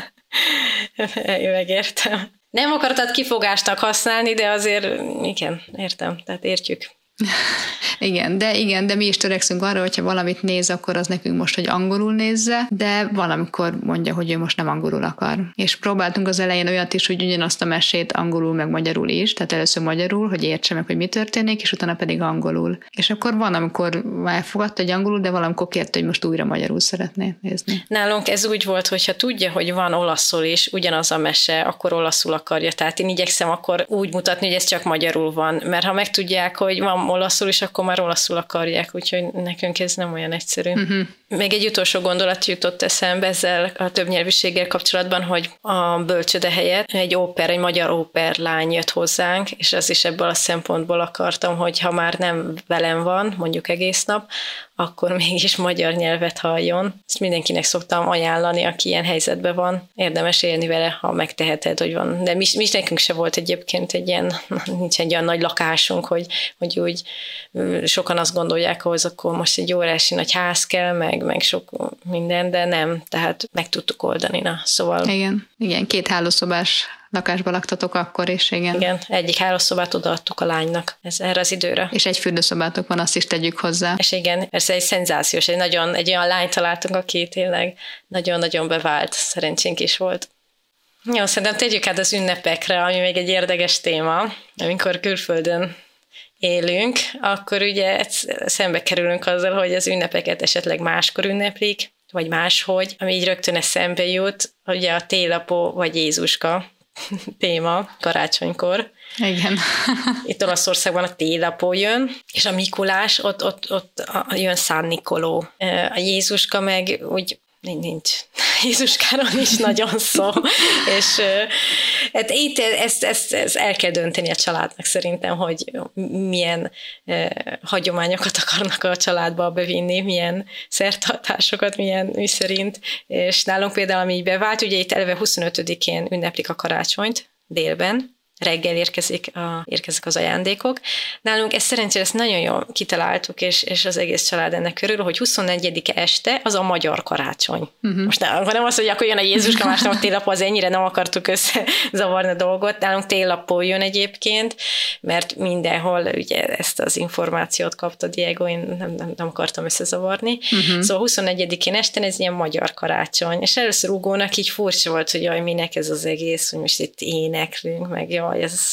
Én megértem. Nem akartad kifogástnak használni, de azért igen, értem, tehát értjük. Igen, de igen, de mi is törekszünk arra, hogyha valamit néz, akkor az nekünk most, hogy angolul nézze, de valamikor mondja, hogy ő most nem angolul akar. És próbáltunk az elején olyat is, hogy ugyanazt a mesét angolul meg magyarul is, tehát először magyarul, hogy értse meg, hogy mi történik, és utána pedig angolul. És akkor van, amikor elfogadta, hogy angolul, de valamikor kérte, hogy most újra magyarul szeretné nézni. Nálunk ez úgy volt, hogyha tudja, hogy van olaszul is, ugyanaz a mese, akkor olaszul akarja. Tehát én igyekszem akkor úgy mutatni, hogy ez csak magyarul van, mert ha megtudják, hogy van olaszul is, akkor már olaszul akarják, úgyhogy nekünk ez nem olyan egyszerű. Uh-huh. Még egy utolsó gondolat jutott eszembe ezzel a többnyelvűséggel kapcsolatban, hogy a bölcsöde helyett egy óper, egy magyar óperlány jött hozzánk, és az is ebből a szempontból akartam, hogy ha már nem velem van, mondjuk egész nap, akkor mégis magyar nyelvet halljon. Ezt mindenkinek szoktam ajánlani, aki ilyen helyzetben van. Érdemes élni vele, ha megteheted, hogy van. De mi, mi nekünk se volt egyébként egy ilyen, nincs egy olyan nagy lakásunk, hogy, hogy úgy sokan azt gondolják, hogy akkor most egy órási nagy ház kell, meg, meg sok minden, de nem. Tehát meg tudtuk oldani. Na, szóval... Igen, igen, két hálószobás lakásba laktatok akkor is, igen. Igen, egyik hálószobát odaadtuk a lánynak ez, erre az időre. És egy fürdőszobátok van, azt is tegyük hozzá. És igen, persze egy szenzációs, egy, nagyon, egy olyan lányt találtunk, aki tényleg nagyon-nagyon bevált, szerencsénk is volt. Jó, szerintem tegyük át az ünnepekre, ami még egy érdekes téma, amikor külföldön élünk, akkor ugye szembe kerülünk azzal, hogy az ünnepeket esetleg máskor ünneplik, vagy máshogy, ami így rögtön eszembe jut, ugye a télapó vagy Jézuska téma karácsonykor. Igen. Itt Olaszországban a télapó jön, és a Mikulás, ott, ott, ott jön San Nicolò. A Jézuska meg úgy nincs. Jézuskáról is nagyon szó, és hát itt ezt, ezt, ezt el kell dönteni a családnak szerintem, hogy milyen eh, hagyományokat akarnak a családba bevinni, milyen szertartásokat, milyen mi szerint, és nálunk például, ami így bevált, ugye itt eleve huszonötödikén ünneplik a karácsonyt délben, reggel érkezik a, érkezik az ajándékok. Nálunk ezt szerencsére ezt nagyon jól kitaláltuk, és, és az egész család ennek körül, hogy huszonnegyedike este az a magyar karácsony. Uh-huh. Most nem, nem az, hogy akkor jön a Jézuska, másnap télapó, az ennyire nem akartuk összezavarni a dolgot. Nálunk télapó jön egyébként, mert mindenhol ugye ezt az információt kapta Diego, én nem, nem, nem akartam összezavarni. Uh-huh. Szóval huszonnegyedikén este ez ilyen magyar karácsony, és először Ugónak így furcsa volt, hogy jaj, minek ez az egész, hogy most itt éneklünk, meg jaj, ez...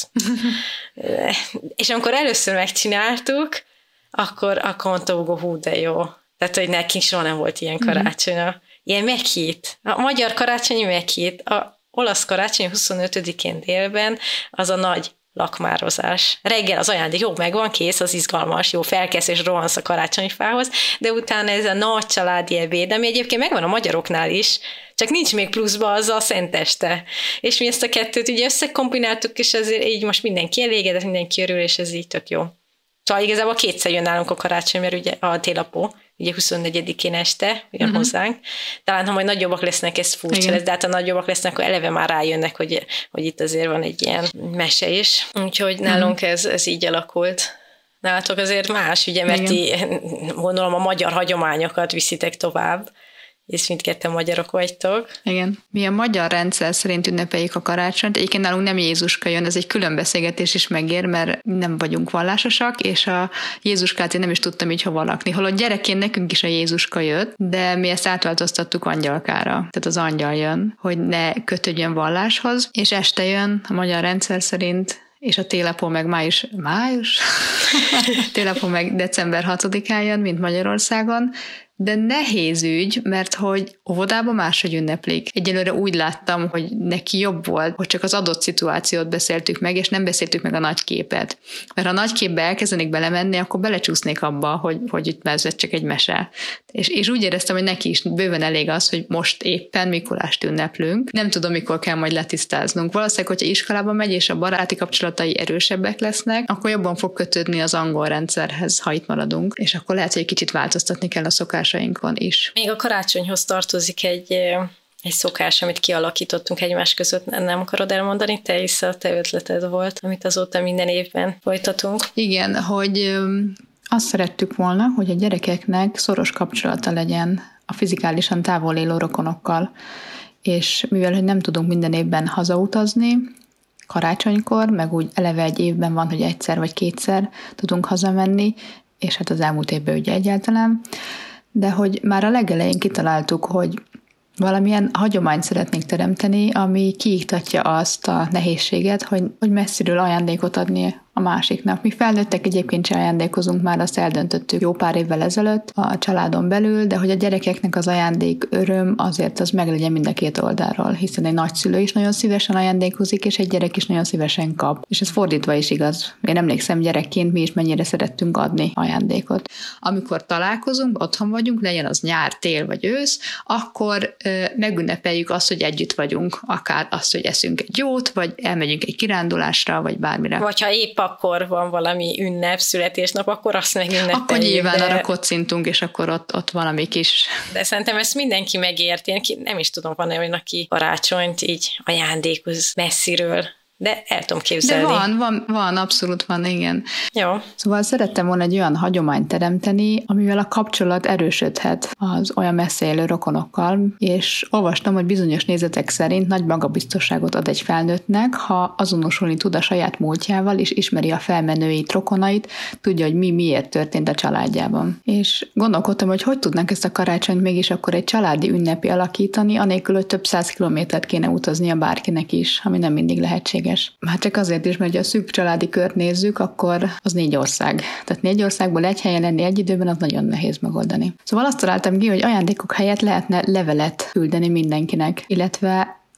és amikor először megcsináltuk, akkor, akkor mondta Hugo, hú, de jó. Tehát, hogy nekünk soha nem volt ilyen karácsony. Mm. Ilyen meghit. A magyar karácsonyi meghit. A olasz karácsony huszonötödikén délben az a nagy lakmározás. Reggel az ajándék, jó, megvan, kész, az izgalmas, jó, felkelsz és rohansz a karácsonyfához, de utána ez a nagy családi ebéd, ami egyébként megvan a magyaroknál is, csak nincs még pluszba az a szenteste. És mi ezt a kettőt ugye összekombináltuk, és ezért így most mindenki elégedett, mindenki örül, és ez így tök jó. Szóval igazából kétszer jön nálunk a karácsony, mert ugye a télapó, ugye huszonnegyedikén este jön uh-huh. hozzánk. Talán, ha majd nagyobbak lesznek, ez furcsa lesz, de hát ha nagyobbak lesznek, akkor eleve már rájönnek, hogy, hogy itt azért van egy ilyen mese is. Úgyhogy nálunk uh-huh. ez, ez így alakult. Nálatok azért más, ugye, mert ti, gondolom, a magyar hagyományokat viszitek tovább, és mindketten magyarok vagytok. Igen. Mi a magyar rendszer szerint ünnepeljük a karácsonyt. Egyébként nálunk nem Jézuska jön, ez egy külön beszélgetés is megér, mert nem vagyunk vallásosak, és a Jézuskát én nem is tudtam így hova lakni. Holott gyerekként nekünk is a Jézuska jött, de mi ezt átváltoztattuk angyalkára. Tehát az angyal jön, hogy ne kötődjön valláshoz, és este jön a magyar rendszer szerint, és a télapó meg május, május? télapó meg december hatodikán jön, mint Magyarországon, de nehéz ügy, mert hogy óvodában máshogy ünneplik. Egyelőre úgy láttam, hogy neki jobb volt, hogy csak az adott szituációt beszéltük meg, és nem beszéltük meg a nagy képet. Mert ha a nagy képbe elkezdenék belemenni, akkor belecsúsznék abba, hogy, hogy itt ez csak egy mese. És, és úgy éreztem, hogy neki is bőven elég az, hogy most éppen Mikulást ünneplünk. Nem tudom, mikor kell majd letisztáznunk. Valószínűleg, hogyha iskolába megy, és a baráti kapcsolatai erősebbek lesznek, akkor jobban fog kötődni az angol rendszerhez, ha itt maradunk. És akkor lehet, hogy egy kicsit változtatni kell a szokásainkon is. Még a karácsonyhoz tartozik egy, egy szokás, amit kialakítottunk egymás között. Nem akarod elmondani? Te is a te ötleted volt, amit azóta minden évben folytatunk. Igen, hogy azt szerettük volna, hogy a gyerekeknek szoros kapcsolata legyen a fizikálisan távol élő rokonokkal, és mivel hogy nem tudunk minden évben hazautazni, karácsonykor, meg úgy eleve egy évben van, hogy egyszer vagy kétszer tudunk hazamenni, és hát az elmúlt évben ugye egyáltalán, de hogy már a legelején kitaláltuk, hogy valamilyen hagyományt szeretnénk teremteni, ami kiiktatja azt a nehézséget, hogy, hogy messziről ajándékot adni a másiknak. Mi felnőttek egyébként sem ajándékozunk, már azt eldöntöttük jó pár évvel ezelőtt a családon belül, de hogy a gyerekeknek az ajándék öröm azért az meglegyen mind a két oldalról, hiszen egy nagyszülő is nagyon szívesen ajándékozik, és egy gyerek is nagyon szívesen kap. És ez fordítva is igaz. Én emlékszem gyerekként mi is mennyire szerettünk adni ajándékot. Amikor találkozunk, otthon vagyunk, legyen az nyár, tél vagy ősz, akkor ö, megünnepeljük azt, hogy együtt vagyunk, akár azt, hogy eszünk egy jót, vagy elmegyünk egy kirándulásra, vagy bármire. Vagy ha épp akkor van valami ünnep, születésnap, akkor azt megünnepeljük. Akkor nyilván de... arra kocintunk, és akkor ott, ott valami kis... De szerintem ezt mindenki megérti. Én nem is tudom, van olyan, aki karácsonyt így ajándékoz messziről. De el tudom képzelni. De van, van, van, abszolút van, igen. Jó. Szóval szerettem volna egy olyan hagyományt teremteni, amivel a kapcsolat erősödhet az olyan messze élő rokonokkal, és olvastam, hogy bizonyos nézetek szerint nagy magabiztosságot ad egy felnőttnek, ha azonosulni tud a saját múltjával, és ismeri a felmenőit, rokonait, tudja, hogy mi miért történt a családjában. És gondolkodtam, hogy hogy tudnánk ezt a karácsonyt mégis akkor egy családi ünnepi alakítani, anélkül, hogy több száz kilométert kéne utaznia bárkinek is, ami nem mindig lehetséges. Hát csak azért is, mert ha a szűk családi kört nézzük, akkor az négy ország. Tehát négy országból egy helyen lenni egy időben, az nagyon nehéz megoldani. Szóval azt találtam ki, hogy ajándékok helyett lehetne levelet küldeni mindenkinek, illetve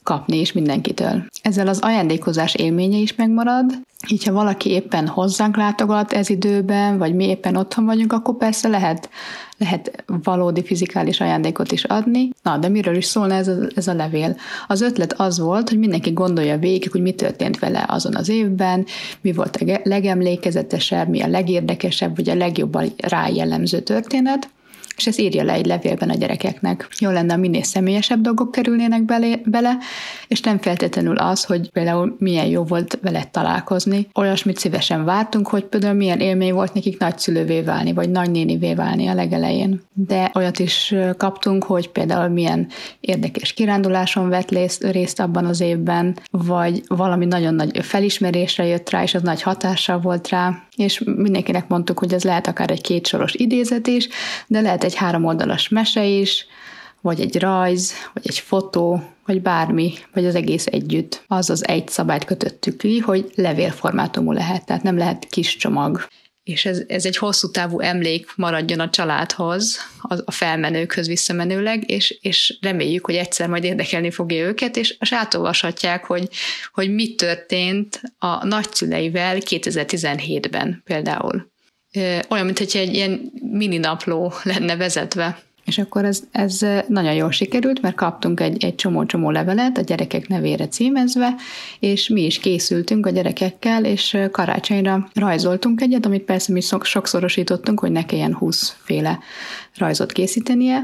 kapni is mindenkitől. Ezzel az ajándékozás élménye is megmarad, így ha valaki éppen hozzánk látogat ez időben, vagy mi éppen otthon vagyunk, akkor persze lehet, lehet valódi fizikális ajándékot is adni. Na, de miről is szólna ez a, ez a levél? Az ötlet az volt, hogy mindenki gondolja végig, hogy mi történt vele azon az évben, mi volt a legemlékezetesebb, mi a legérdekesebb, vagy a legjobban rájellemző történet, és ezt írja le egy levélben a gyerekeknek. Jó lenne, minél személyesebb dolgok kerülnének bele, bele, és nem feltétlenül az, hogy például milyen jó volt veled találkozni. Olyasmit szívesen vártunk, hogy például milyen élmény volt nekik nagyszülővé válni, vagy nagynénivé válni a legelején. De olyat is kaptunk, hogy például milyen érdekes kiránduláson vett részt abban az évben, vagy valami nagyon nagy felismerésre jött rá, és az nagy hatással volt rá, és mindenkinek mondtuk, hogy ez lehet akár egy kétsoros idézet is, de lehet egy háromoldalas mese is, vagy egy rajz, vagy egy fotó, vagy bármi, vagy az egész együtt. Az az egy szabályt kötöttük ki, hogy levélformátumú lehet, tehát nem lehet kis csomag. És ez, ez egy hosszú távú emlék maradjon a családhoz, a felmenőkhöz visszamenőleg, és, és reméljük, hogy egyszer majd érdekelni fogja őket, és, és átolvashatják, hogy, hogy mi történt a nagyszüleivel kétezer-tizenhétben például. Olyan, mintha egy ilyen mini napló lenne vezetve. És akkor ez, ez nagyon jól sikerült, mert kaptunk egy, egy csomó-csomó levelet a gyerekek nevére címezve, és mi is készültünk a gyerekekkel, és karácsonyra rajzoltunk egyet, amit persze mi sokszorosítottunk, hogy ne kelljen húszféle rajzot készítenie,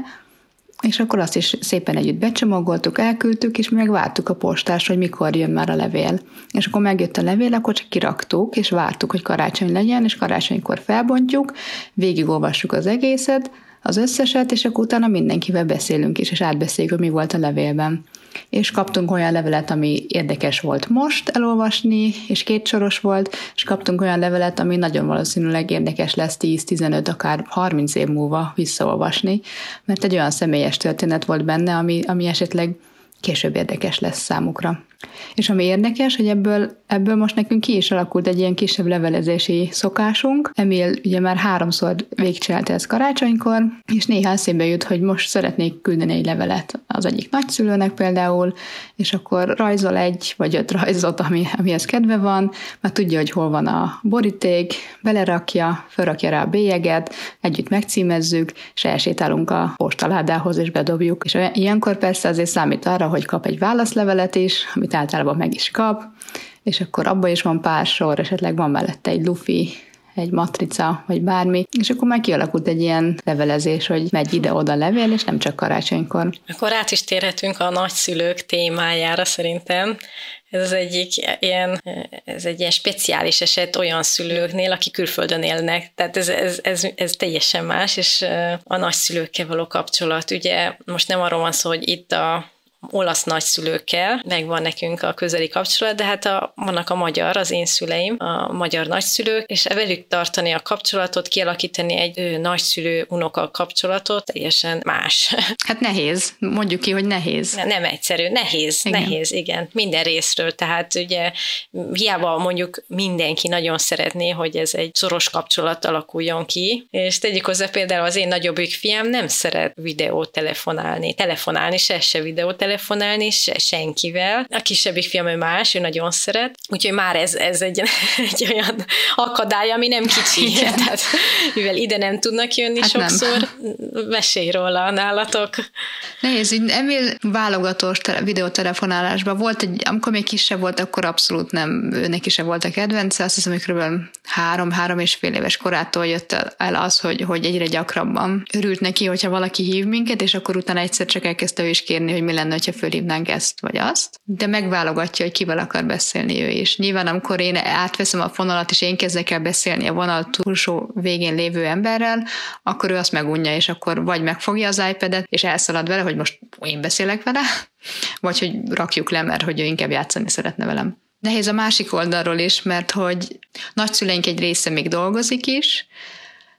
és akkor azt is szépen együtt becsomagoltuk, elküldtük, és mi meg vártuk a postás, hogy mikor jön már a levél. És akkor megjött a levél, akkor csak kiraktuk, és vártuk, hogy karácsony legyen, és karácsonykor felbontjuk, végigolvassuk az egészet, az összeset, és akkor utána mindenkivel beszélünk is, és átbeszéljük, hogy mi volt a levélben. És kaptunk olyan levelet, ami érdekes volt most elolvasni, és kétsoros volt, és kaptunk olyan levelet, ami nagyon valószínűleg érdekes lesz tíz-tizenöt, akár harminc év múlva visszaolvasni, mert egy olyan személyes történet volt benne, ami, ami esetleg később érdekes lesz számukra. És ami érdekes, hogy ebből, ebből most nekünk ki is alakult egy ilyen kisebb levelezési szokásunk. Emil ugye már háromszor végigcsinálta ezt karácsonykor, és néha eszébe jut, hogy most szeretnék küldeni egy levelet az egyik nagyszülőnek például, és akkor rajzol egy vagy öt rajzot, ami, amihez kedve van, már tudja, hogy hol van a boríték, belerakja, felrakja rá a bélyeget, együtt megcímezzük, és elsétálunk a postaládához, és bedobjuk. És ilyenkor persze azért számít arra, hogy kap egy válaszlevelet is, amit általában meg is kap, és akkor abban is van pár sor, esetleg van mellette egy lufi, egy matrica, vagy bármi, és akkor már kialakult egy ilyen levelezés, hogy megy ide-oda levél, és nem csak karácsonykor. Akkor át is térhetünk a nagyszülők témájára szerintem. Ez az egyik ilyen, ez egy ilyen speciális eset olyan szülőknél, akik külföldön élnek. Tehát ez, ez, ez, ez teljesen más, és a nagyszülőkkel való kapcsolat. Ugye most nem arról van szó, hogy itt a olasz nagyszülőkkel megvan nekünk a közeli kapcsolat, de hát a, vannak a magyar, az én szüleim, a magyar nagyszülők, és velük tartani a kapcsolatot, kialakítani egy ő, nagyszülő-unoka kapcsolatot teljesen más. Hát nehéz, mondjuk ki, hogy nehéz. Ne, nem egyszerű, nehéz, igen. nehéz, igen, minden részről, tehát ugye hiába mondjuk mindenki nagyon szeretné, hogy ez egy szoros kapcsolat alakuljon ki, és tegyük hozzá például az én nagyobbik fiam nem szeret videót telefonálni, telefonálni, se se videót telefonálni, se senkivel. A kisebbik fiam ő más, ő nagyon szeret, úgyhogy már ez, ez egy, egy olyan akadály, ami nem kicsi. Tehát, mivel ide nem tudnak jönni hát sokszor, nem. Mesélj róla nálatok. Nehéz, így Emil válogatós te- videótelefonálásban volt egy, amikor még kisebb volt, akkor abszolút nem, neki se volt a kedvence, azt hiszem, hogy kb. három, három és fél éves korától jött el az, hogy, hogy egyre gyakrabban örült neki, hogyha valaki hív minket, és akkor utána egyszer csak elkezdte ő is kérni, hogy mi lenne, hogyha fölhívnánk ezt vagy azt, de megválogatja, hogy kivel akar beszélni ő is. Nyilván, amikor én átveszem a fonalat, és én kezdek el beszélni a vonal túlsó végén lévő emberrel, akkor ő azt megunja, és akkor vagy megfogja az iPad-et, és elszalad vele, hogy most én beszélek vele, vagy hogy rakjuk le, mert hogy ő inkább játszani szeretne velem. Nehéz a másik oldalról is, mert hogy nagyszüleink egy része még dolgozik is,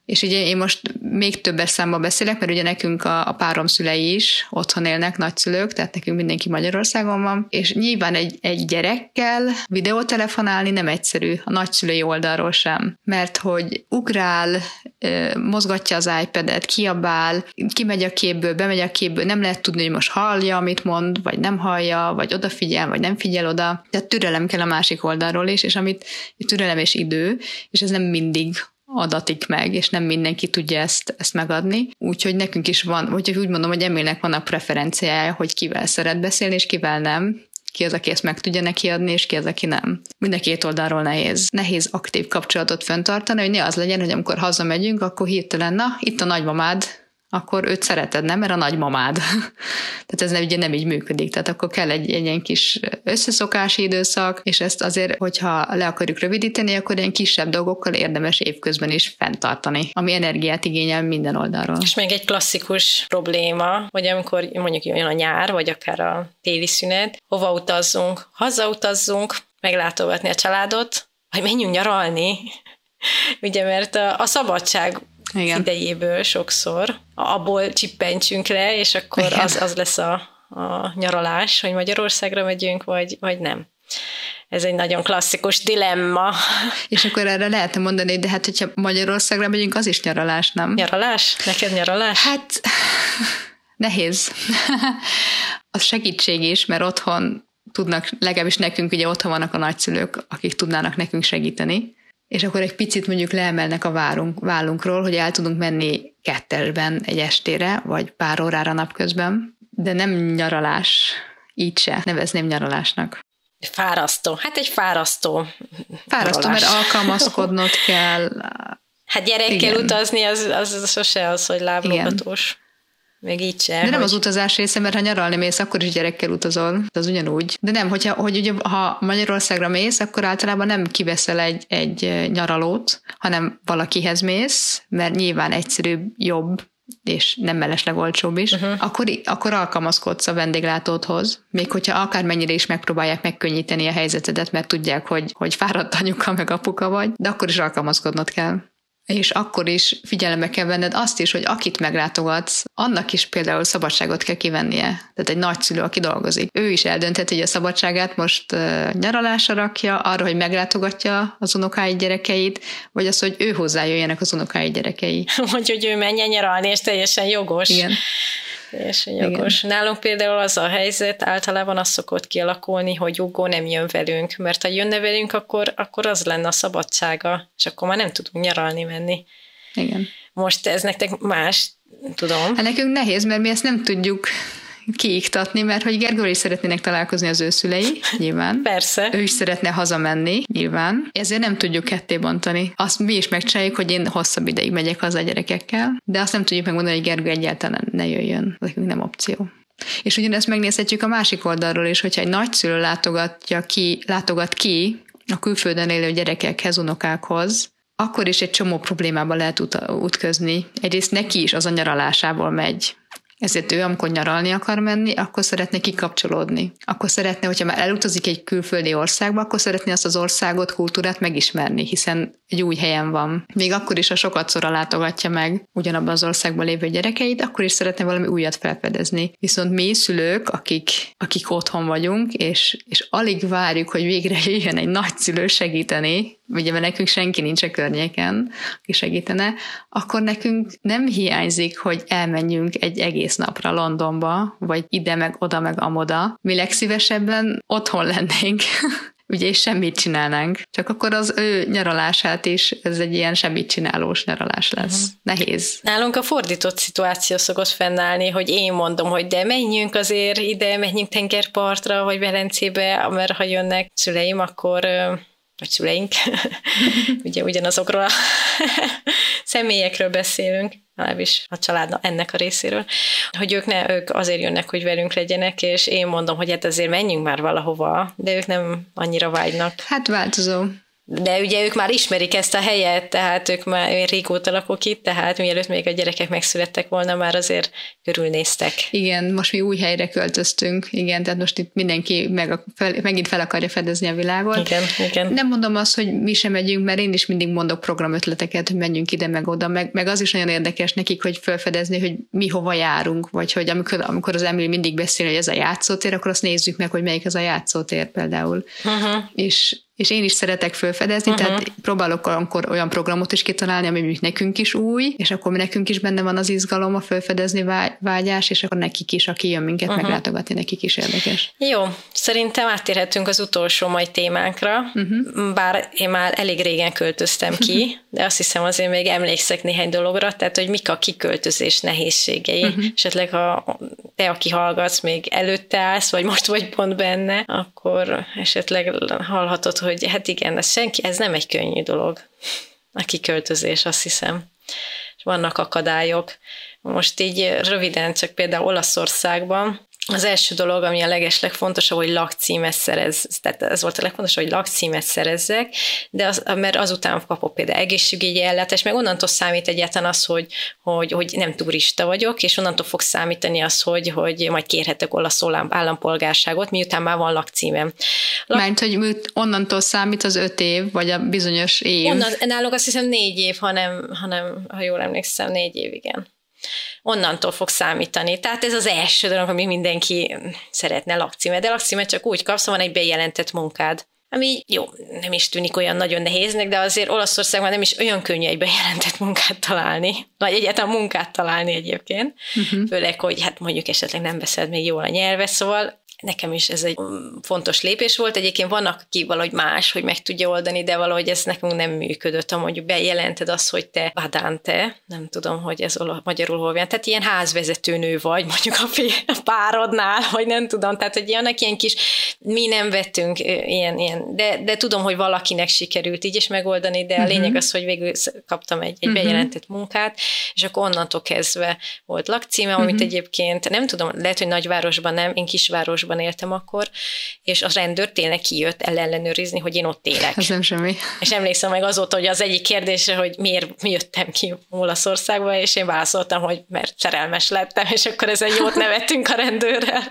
És ugye én most még többes számban beszélek, mert ugye nekünk a, a párom szülei is otthon élnek, nagyszülők, tehát nekünk mindenki Magyarországon van, és nyilván egy, egy gyerekkel videótelefonálni nem egyszerű, a nagyszülői oldalról sem, mert hogy ugrál, mozgatja az iPadet, kiabál, kimegy a képből, bemegy a képből, nem lehet tudni, hogy most hallja, amit mond, vagy nem hallja, vagy odafigyel, vagy nem figyel oda. Tehát türelem kell a másik oldalról is, és amit türelem és idő, és ez nem mindig adatik meg, és nem mindenki tudja ezt, ezt megadni. Úgyhogy nekünk is van, úgyhogy úgy mondom, hogy Emilnek vannak preferenciája, hogy kivel szeret beszélni, és kivel nem. Ki az, aki ezt meg tudja neki adni, és ki az, aki nem. Mind a két oldalról nehéz. Nehéz aktív kapcsolatot fenntartani, hogy ne az legyen, hogy amikor hazamegyünk, akkor hirtelen, na, itt a nagymamád, akkor őt szereted, nem? Mert a nagymamád. Tehát ez nem, ugye nem így működik. Tehát akkor kell egy, egy ilyen kis összeszokási időszak, és ezt azért, hogyha le akarjuk rövidíteni, akkor ilyen kisebb dolgokkal érdemes évközben is fenntartani, ami energiát igényel minden oldalról. És még egy klasszikus probléma, hogy amikor mondjuk jön a nyár, vagy akár a téli szünet, hova utazzunk, hazautazzunk, meglátogatni a családot, vagy menjünk nyaralni. Ugye, mert a, a szabadság igen. idejéből sokszor abból csippentsünk le, és akkor az, az lesz a, a nyaralás, hogy Magyarországra megyünk, vagy, vagy nem. Ez egy nagyon klasszikus dilemma. És akkor erre lehetne mondani, de hát, hogyha Magyarországra megyünk, az is nyaralás, nem? Nyaralás? Neked nyaralás? Hát nehéz. Az segítség is, mert otthon tudnak, legalábbis nekünk ugye otthon vannak a nagyszülők, akik tudnának nekünk segíteni, és akkor egy picit mondjuk leemelnek a várunk, vállunkról, hogy el tudunk menni kettesben egy estére, vagy pár órára napközben, de nem nyaralás, így se nevezném nyaralásnak. Fárasztó. Hát egy fárasztó. Fárasztó, nyaralás. Mert alkalmazkodnod kell. Hát gyerekkel igen. utazni, az, az sose az, hogy láblogatós. Még így sem. De nem hogy... az utazás része, mert ha nyaralni mész, akkor is gyerekkel utazol. Az ugyanúgy. De nem, hogyha, hogy ugye, ha Magyarországra mész, akkor általában nem kiveszel egy, egy nyaralót, hanem valakihez mész, mert nyilván egyszerűbb, jobb, és nem mellesleg olcsóbb is, uh-huh. akkor, akkor alkalmazkodsz a vendéglátódhoz. Még hogyha akármennyire is megpróbálják megkönnyíteni a helyzetedet, mert tudják, hogy, hogy fáradt anyuka meg apuka vagy, de akkor is alkalmazkodnod kell. És akkor is figyelembe kell venned azt is, hogy akit meglátogatsz, annak is például szabadságot kell kivennie. Tehát egy nagyszülő, aki dolgozik. Ő is eldöntheti, hogy a szabadságát most uh, nyaralásra rakja, arra, hogy meglátogatja az unokái gyerekeit, vagy az, hogy ő hozzájöjjenek az unokái gyerekei. Vagy hogy ő menjen nyaralni, és teljesen jogos. Igen. Teljesen jogos. Igen. Nálunk például az a helyzet, általában az szokott kialakulni, hogy Hugo nem jön velünk, mert ha jönne velünk, akkor, akkor az lenne a szabadsága, és akkor már nem tudunk nyaralni menni. Igen. Most ez nektek más, tudom. Hát nekünk nehéz, mert mi ezt nem tudjuk kiiktatni, mert hogy Gergő is szeretnének találkozni az ő szülei, nyilván. Persze. Ő is szeretne hazamenni, nyilván. Ezért nem tudjuk ketté bontani. Azt mi is megcsináljuk, hogy én hosszabb ideig megyek haza a gyerekekkel, de azt nem tudjuk megmondani, hogy Gergő egyáltalán ne jöjjön. Nekünk nem opció. És ugyanezt megnézhetjük a másik oldalról is, hogyha egy nagyszülő látogatja ki, látogat ki a külföldön élő gyerekekhez, unokákhoz, akkor is egy csomó problémába lehet ut- ütközni. Egyrészt neki is az a nyaralásából megy. Ezért ő, amikor nyaralni akar menni, akkor szeretne kikapcsolódni. Akkor szeretne, hogyha már elutazik egy külföldi országba, akkor szeretné azt az országot, kultúrát megismerni, hiszen egy új helyen van. Még akkor is, ha sokatszorra látogatja meg ugyanabban az országban lévő gyerekeit, akkor is szeretne valami újat felfedezni. Viszont mi szülők, akik, akik otthon vagyunk, és, és alig várjuk, hogy végre jöjjön egy nagyszülő segíteni, ugye mert nekünk senki nincs a környéken, aki segítene, akkor nekünk nem hiányzik, hogy elmenjünk egy egész napra Londonba, vagy ide, meg oda, meg amoda. Mi legszívesebben otthon lennénk, ugye, és semmit csinálnánk. Csak akkor az ő nyaralását is, ez egy ilyen semmit csinálós nyaralás lesz. Uh-huh. Nehéz. Nálunk a fordított szituáció szokott fennállni, hogy én mondom, hogy de menjünk azért ide, menjünk tengerpartra, vagy Velencébe, mert ha jönnek szüleim, akkor... vagy szüleink, ugye ugyanazokról a személyekről beszélünk, legalábbis a család ennek a részéről, hogy ők, ne, ők azért jönnek, hogy velünk legyenek, és én mondom, hogy hát azért menjünk már valahova, de ők nem annyira vágynak. Hát változó. De ugye ők már ismerik ezt a helyet, tehát ők már régóta lakok itt, tehát mielőtt még a gyerekek megszülettek volna, már azért körülnéztek. Igen, most mi új helyre költöztünk, igen, tehát most itt mindenki meg, fel, megint fel akarja fedezni a világot. Igen, igen. Nem mondom azt, hogy mi sem megyünk, mert én is mindig mondok programötleteket, hogy menjünk ide, meg oda, meg, meg az is nagyon érdekes nekik, hogy felfedezni, hogy mi hova járunk, vagy hogy amikor, amikor az Emily mindig beszél, hogy ez a játszótér, akkor azt nézzük meg, hogy melyik az a játszótér például. Uh-huh. És És én is szeretek felfedezni, uh-huh. tehát próbálok akkor olyan programot is kitalálni, ami nekünk is új, és akkor nekünk is benne van az izgalom, a felfedezni vágyás, és akkor nekik is, aki jön minket uh-huh. meglátogatni, nekik is érdekes. Jó, szerintem áttérhetünk az utolsó majd témánkra, uh-huh. bár én már elég régen költöztem ki, de azt hiszem azért még emlékszek néhány dologra, tehát hogy mik a kiköltözés nehézségei. Uh-huh. Esetleg ha te, aki hallgatsz, még előtte állsz, vagy most vagy pont benne, akkor esetleg hallhatod, hogy hát igen, ez senki, ez nem egy könnyű dolog. A kiköltözés, azt hiszem. És vannak akadályok. Most így röviden, csak például Olaszországban az első dolog, ami a legeslegfontosabb, hogy lakcímet szerez, tehát ez volt a legfontosabb, hogy lakcímet szerezzek, de az, mert azután kapok például egészségügyi ellátást, meg onnantól számít egyáltalán az, hogy, hogy, hogy nem turista vagyok, és onnantól fog számítani az, hogy, hogy majd kérhetek olasz állampolgárságot, miután már van lakcímem. Lak... Mert hogy onnantól számít az öt év, vagy a bizonyos év? Onnan, náluk azt hiszem négy év, hanem, hanem ha jól emlékszem, négy év, igen. Onnantól fog számítani. Tehát ez az első dolog, ami mindenki szeretne lakcímet. De lakcímet csak úgy kapsz, van egy bejelentett munkád. Ami jó, nem is tűnik olyan nagyon nehéznek, de azért Olaszországban nem is olyan könnyű egy bejelentett munkát találni, vagy egyáltalán munkát találni egyébként. Uh-huh. Főleg, hogy hát mondjuk esetleg nem beszélt még jól a nyelvet, szóval nekem is ez egy fontos lépés volt. Egyébként vannak, aki valahogy más, hogy meg tudja oldani, de valahogy ez nekünk nem működött. Ha mondjuk bejelented azt, hogy te badante, nem tudom, hogy ez magyarul hol van, tehát ilyen házvezetőnő vagy, mondjuk a párodnál, vagy nem tudom, tehát hogy ilyenek ilyen kis, mi nem vettünk ilyen, ilyen de, de tudom, hogy valakinek sikerült így is megoldani, de a uh-huh. lényeg az, hogy végül kaptam egy, egy uh-huh. bejelentett munkát, és akkor onnantól kezdve volt lakcímem, uh-huh. amit egyébként nem tudom, lehet, hogy nagyvárosban nem, én kisvárosban éltem akkor, és a rendőr tényleg kijött ellenőrizni, hogy én ott élek. Ez nem semmi. És emlékszem meg azóta, hogy az egyik kérdésre, hogy miért mi jöttem ki Olaszországba, és én válaszoltam, hogy mert szerelmes lettem, és akkor ezen jót nevettünk a rendőrrel.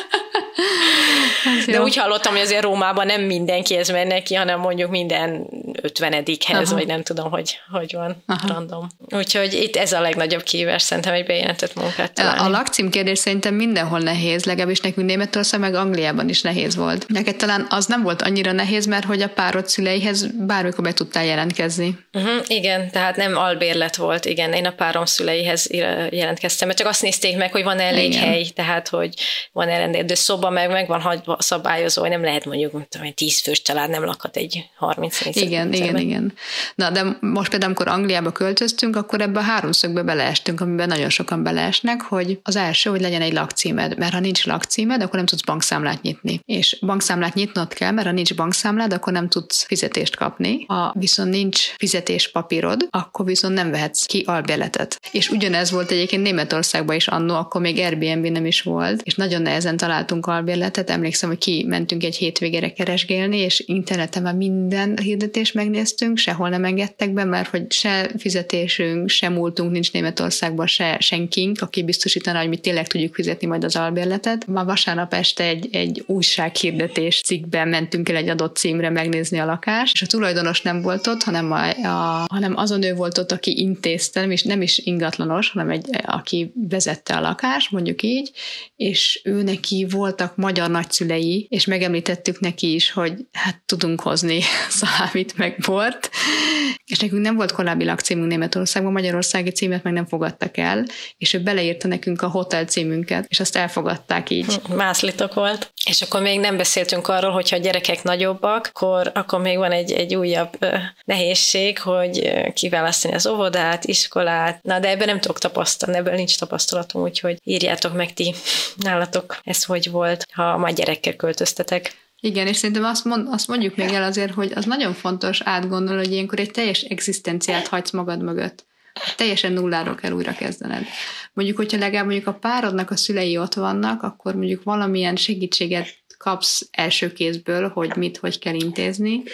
De úgy hallottam, hogy azért Rómában nem mindenkihez mennek ki, hanem mondjuk minden ötvenedikhez, Aha. vagy nem tudom, hogy, hogy van Aha. random. Úgyhogy itt ez a legnagyobb kihívás, szerintem egy bejelentett munkát találni. A lakcím kérdés szerintem mindenhol nehéz, legalábbis nekünk Németország meg Angliában is nehéz volt. Neked talán az nem volt annyira nehéz, mert hogy a párod szüleihez bármikor be tudtál jelentkezni. Uh-huh, igen, tehát nem albérlet volt, igen, én a párom szüleihez jelentkeztem, mert csak azt nézték meg, hogy van elég igen. hely, tehát hogy van elrendező szoba, meg, meg van hagyva szabályozó, hogy nem lehet mondjuk, mondjuk tíz fős család nem lakhat egy harminc Igen, igen, igen. Na, de most például, amikor Angliába költöztünk, akkor ebbe a háromszögbe beleestünk, amiben nagyon sokan beleesnek, hogy az első, hogy legyen egy lakcímed, mert ha nincs lakcímed, akkor nem tudsz bankszámlát nyitni. És bankszámlát nyitnod kell, mert ha nincs bankszámlád, akkor nem tudsz fizetést kapni. Ha viszont nincs fizetéspapírod, akkor viszont nem vehetsz ki albérletet. És ugyanez volt egyébként Németországban is annó, akkor még Airbnb nem is volt, és nagyon nehezen találtunk albérletet. Emlékszem, hogy kimentünk egy hétvégére keresgélni, és interneten már minden hirdetést megnéztünk, sehol nem engedtek be, mert hogy se fizetésünk, se múltunk nincs Németországban, se senkink, aki biztosítaná, hogy mi tényleg tudjuk fizetni majd az albérletet. Már vasárnap este egy, egy újsághirdetés cikkben mentünk el egy adott címre megnézni a lakást, és a tulajdonos nem volt ott, hanem, a, a, hanem az a nő volt ott, aki intézte, nem is, nem is ingatlanos, hanem egy, aki vezette a lakást, mondjuk így, és ő neki voltak magyar nagyszülei, és megemlítettük neki is, hogy hát tudunk hozni szalámit meg bort, és nekünk nem volt korábbi lakcímünk Németországban, magyarországi címet meg nem fogadtak el, és ő beleírta nekünk a hotel címünket, és azt elfogadták így. Mászlitok volt. És akkor még nem beszéltünk arról, hogyha a gyerekek nagyobbak, akkor, akkor még van egy, egy újabb nehézség, hogy kiválasztani az óvodát, iskolát, na de ebben nem tudok tapasztalni, ebből nincs tapasztalatom, úgyhogy írjátok meg ti nálatok, ez hogy volt, ha már gyerekkel költöztetek. Igen, és szerintem azt, mond, azt mondjuk még el azért, hogy az nagyon fontos átgondolni, hogy ilyenkor egy teljes egzisztenciát hagysz magad mögött. Teljesen nulláról kell újra kezdened. Mondjuk, hogyha legalább mondjuk a párodnak a szülei ott vannak, akkor mondjuk valamilyen segítséget kapsz első kézből, hogy mit, hogy kell intézni,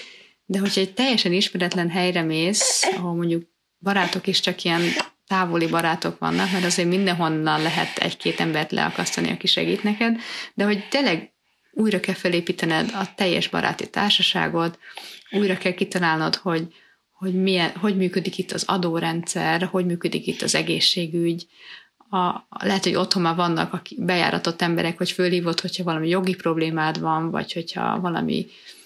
De hogyha egy teljesen ismeretlen helyre mész, ahol mondjuk barátok is csak ilyen távoli barátok vannak, mert azért mindenhonnan lehet egy-két embert leakasztani, aki segít neked, de hogy tényleg újra kell felépítened a teljes baráti társaságot, újra kell kitalálnod, hogy, hogy, milyen, hogy működik itt az adórendszer, hogy működik itt az egészségügy. A, lehet, hogy otthon már vannak a bejáratott emberek, hogy fölhívod, hogyha valami jogi problémád van, vagy hogyha valami,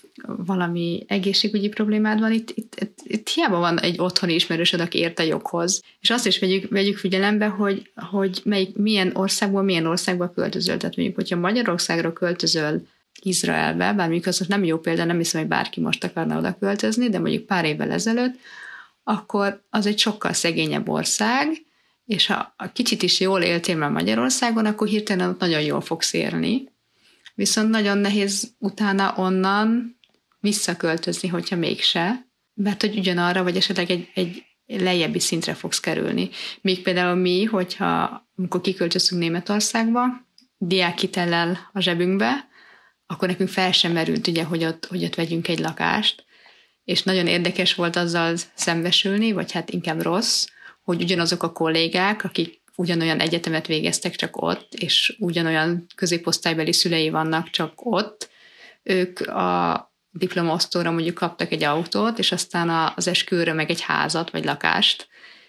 valami egészségügyi problémád van. Itt, itt, itt, itt hiába van egy otthoni ismerősöd, aki ért a joghoz. És azt is vegyük, vegyük figyelembe, hogy, hogy melyik, milyen országból, milyen országba költözöl. Tehát mondjuk, hogyha Magyarországra költözöl Izraelbe, bár mondjuk az nem jó példa, nem hiszem, hogy bárki most akarna oda költözni, de mondjuk pár évvel ezelőtt, akkor az egy sokkal szegényebb ország, és ha kicsit is jól éltél már Magyarországon, akkor hirtelen ott nagyon jól fogsz érni. Viszont nagyon nehéz utána onnan visszaköltözni, hogyha mégse, mert hogy ugyanarra, vagy esetleg egy, egy lejjebbi szintre fogsz kerülni. Még például mi, hogyha amikor kiköltözünk Németországba, diákhitellel a zsebünkbe, akkor nekünk fel sem merült, ugye, hogy ott, hogy ott vegyünk egy lakást, és nagyon érdekes volt azzal szembesülni, vagy hát inkább rossz, hogy ugyanazok a kollégák, akik ugyanolyan egyetemet végeztek csak ott, és ugyanolyan középosztálybeli szülei vannak csak ott, ők a diplomaosztóra mondjuk kaptak egy autót, és aztán az esküvőre meg egy házat, vagy lakást.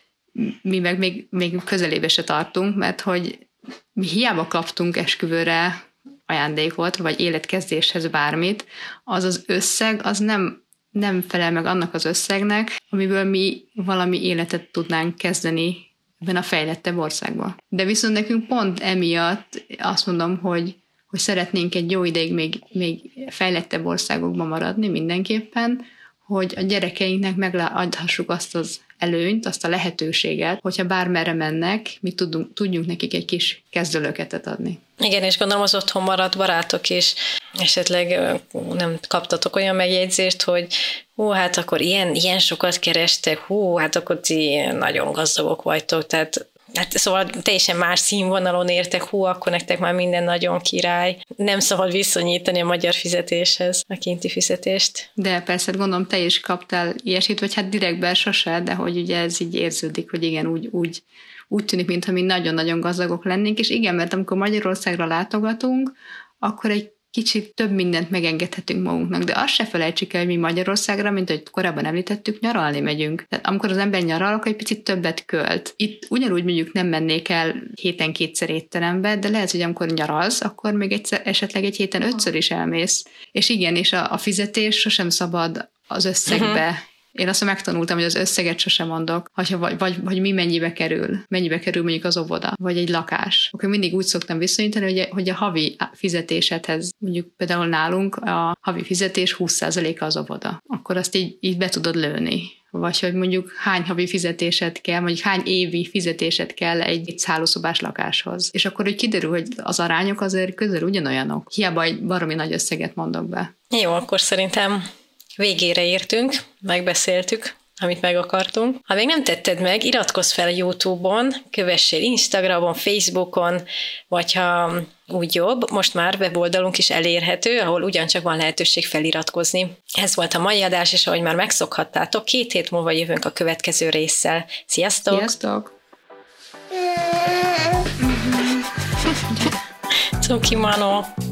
Mi meg még, még közelébe se tartunk, mert hogy mi hiába kaptunk esküvőre ajándékot, vagy életkezdéshez bármit, az az összeg, az nem, nem felel meg annak az összegnek, amiből mi valami életet tudnánk kezdeni ebben a fejlettebb országban. De viszont nekünk pont emiatt azt mondom, hogy, hogy szeretnénk egy jó ideig még, még fejlettebb országokban maradni mindenképpen, hogy a gyerekeinknek megadhassuk azt az előnyt, azt a lehetőséget, hogyha bármerre mennek, mi tudunk, tudjunk nekik egy kis kezdőlöketet adni. Igen, és gondolom az otthon maradt barátok is esetleg nem kaptatok olyan megjegyzést, hogy hú, hát akkor ilyen, ilyen sokat kerestek, hú, hát akkor ti nagyon gazdagok vagytok, tehát hát szóval teljesen más színvonalon értek, hú, akkor nektek már minden nagyon király. Nem szabad viszonyítani a magyar fizetéshez, a kinti fizetést. De persze, gondolom, te is kaptál ilyesét, vagy hát direktben sose, de hogy ugye ez így érződik, hogy igen, úgy, úgy, úgy tűnik, mintha mi nagyon-nagyon gazdagok lennénk, és igen, mert amikor Magyarországra látogatunk, akkor egy kicsit több mindent megengedhetünk magunknak, de azt se felejtsük el, hogy mi Magyarországra, mint ahogy korábban említettük, nyaralni megyünk. Tehát amikor az ember nyaral, akkor egy picit többet költ. Itt ugyanúgy mondjuk nem mennék el héten kétszer étterembe, de lehet, hogy amikor nyaralsz, akkor még egyszer, esetleg egy héten ötször is elmész. És igen, és a, a fizetés sosem szabad az összegbe. Uh-huh. Én azt megtanultam, hogy az összeget sosem mondok, hogyha vagy, vagy, vagy mi mennyibe kerül. Mennyibe kerül mondjuk az óvoda, vagy egy lakás. Akkor mindig úgy szoktam viszonyítani, hogy, hogy a havi fizetésedhez, mondjuk például nálunk a havi fizetés húsz százaléka az óvoda. Akkor azt így, így be tudod lőni. Vagy hogy mondjuk hány havi fizetésed kell, mondjuk hány évi fizetésed kell egy hálószobás lakáshoz. És akkor hogy kiderül, hogy az arányok azért közel ugyanolyanok. Hiába egy baromi nagy összeget mondok be. Jó, akkor szerintem végére értünk, megbeszéltük, amit meg akartunk. Ha még nem tetted meg, iratkozz fel a YouTube-on, kövessél Instagramon, Facebookon, vagy ha úgy jobb, most már weboldalunk is elérhető, ahol ugyancsak van lehetőség feliratkozni. Ez volt a mai adás, és ahogy már megszokhattátok, két hét múlva jövünk a következő résszel. Sziasztok! Sziasztok! Cuki Manó!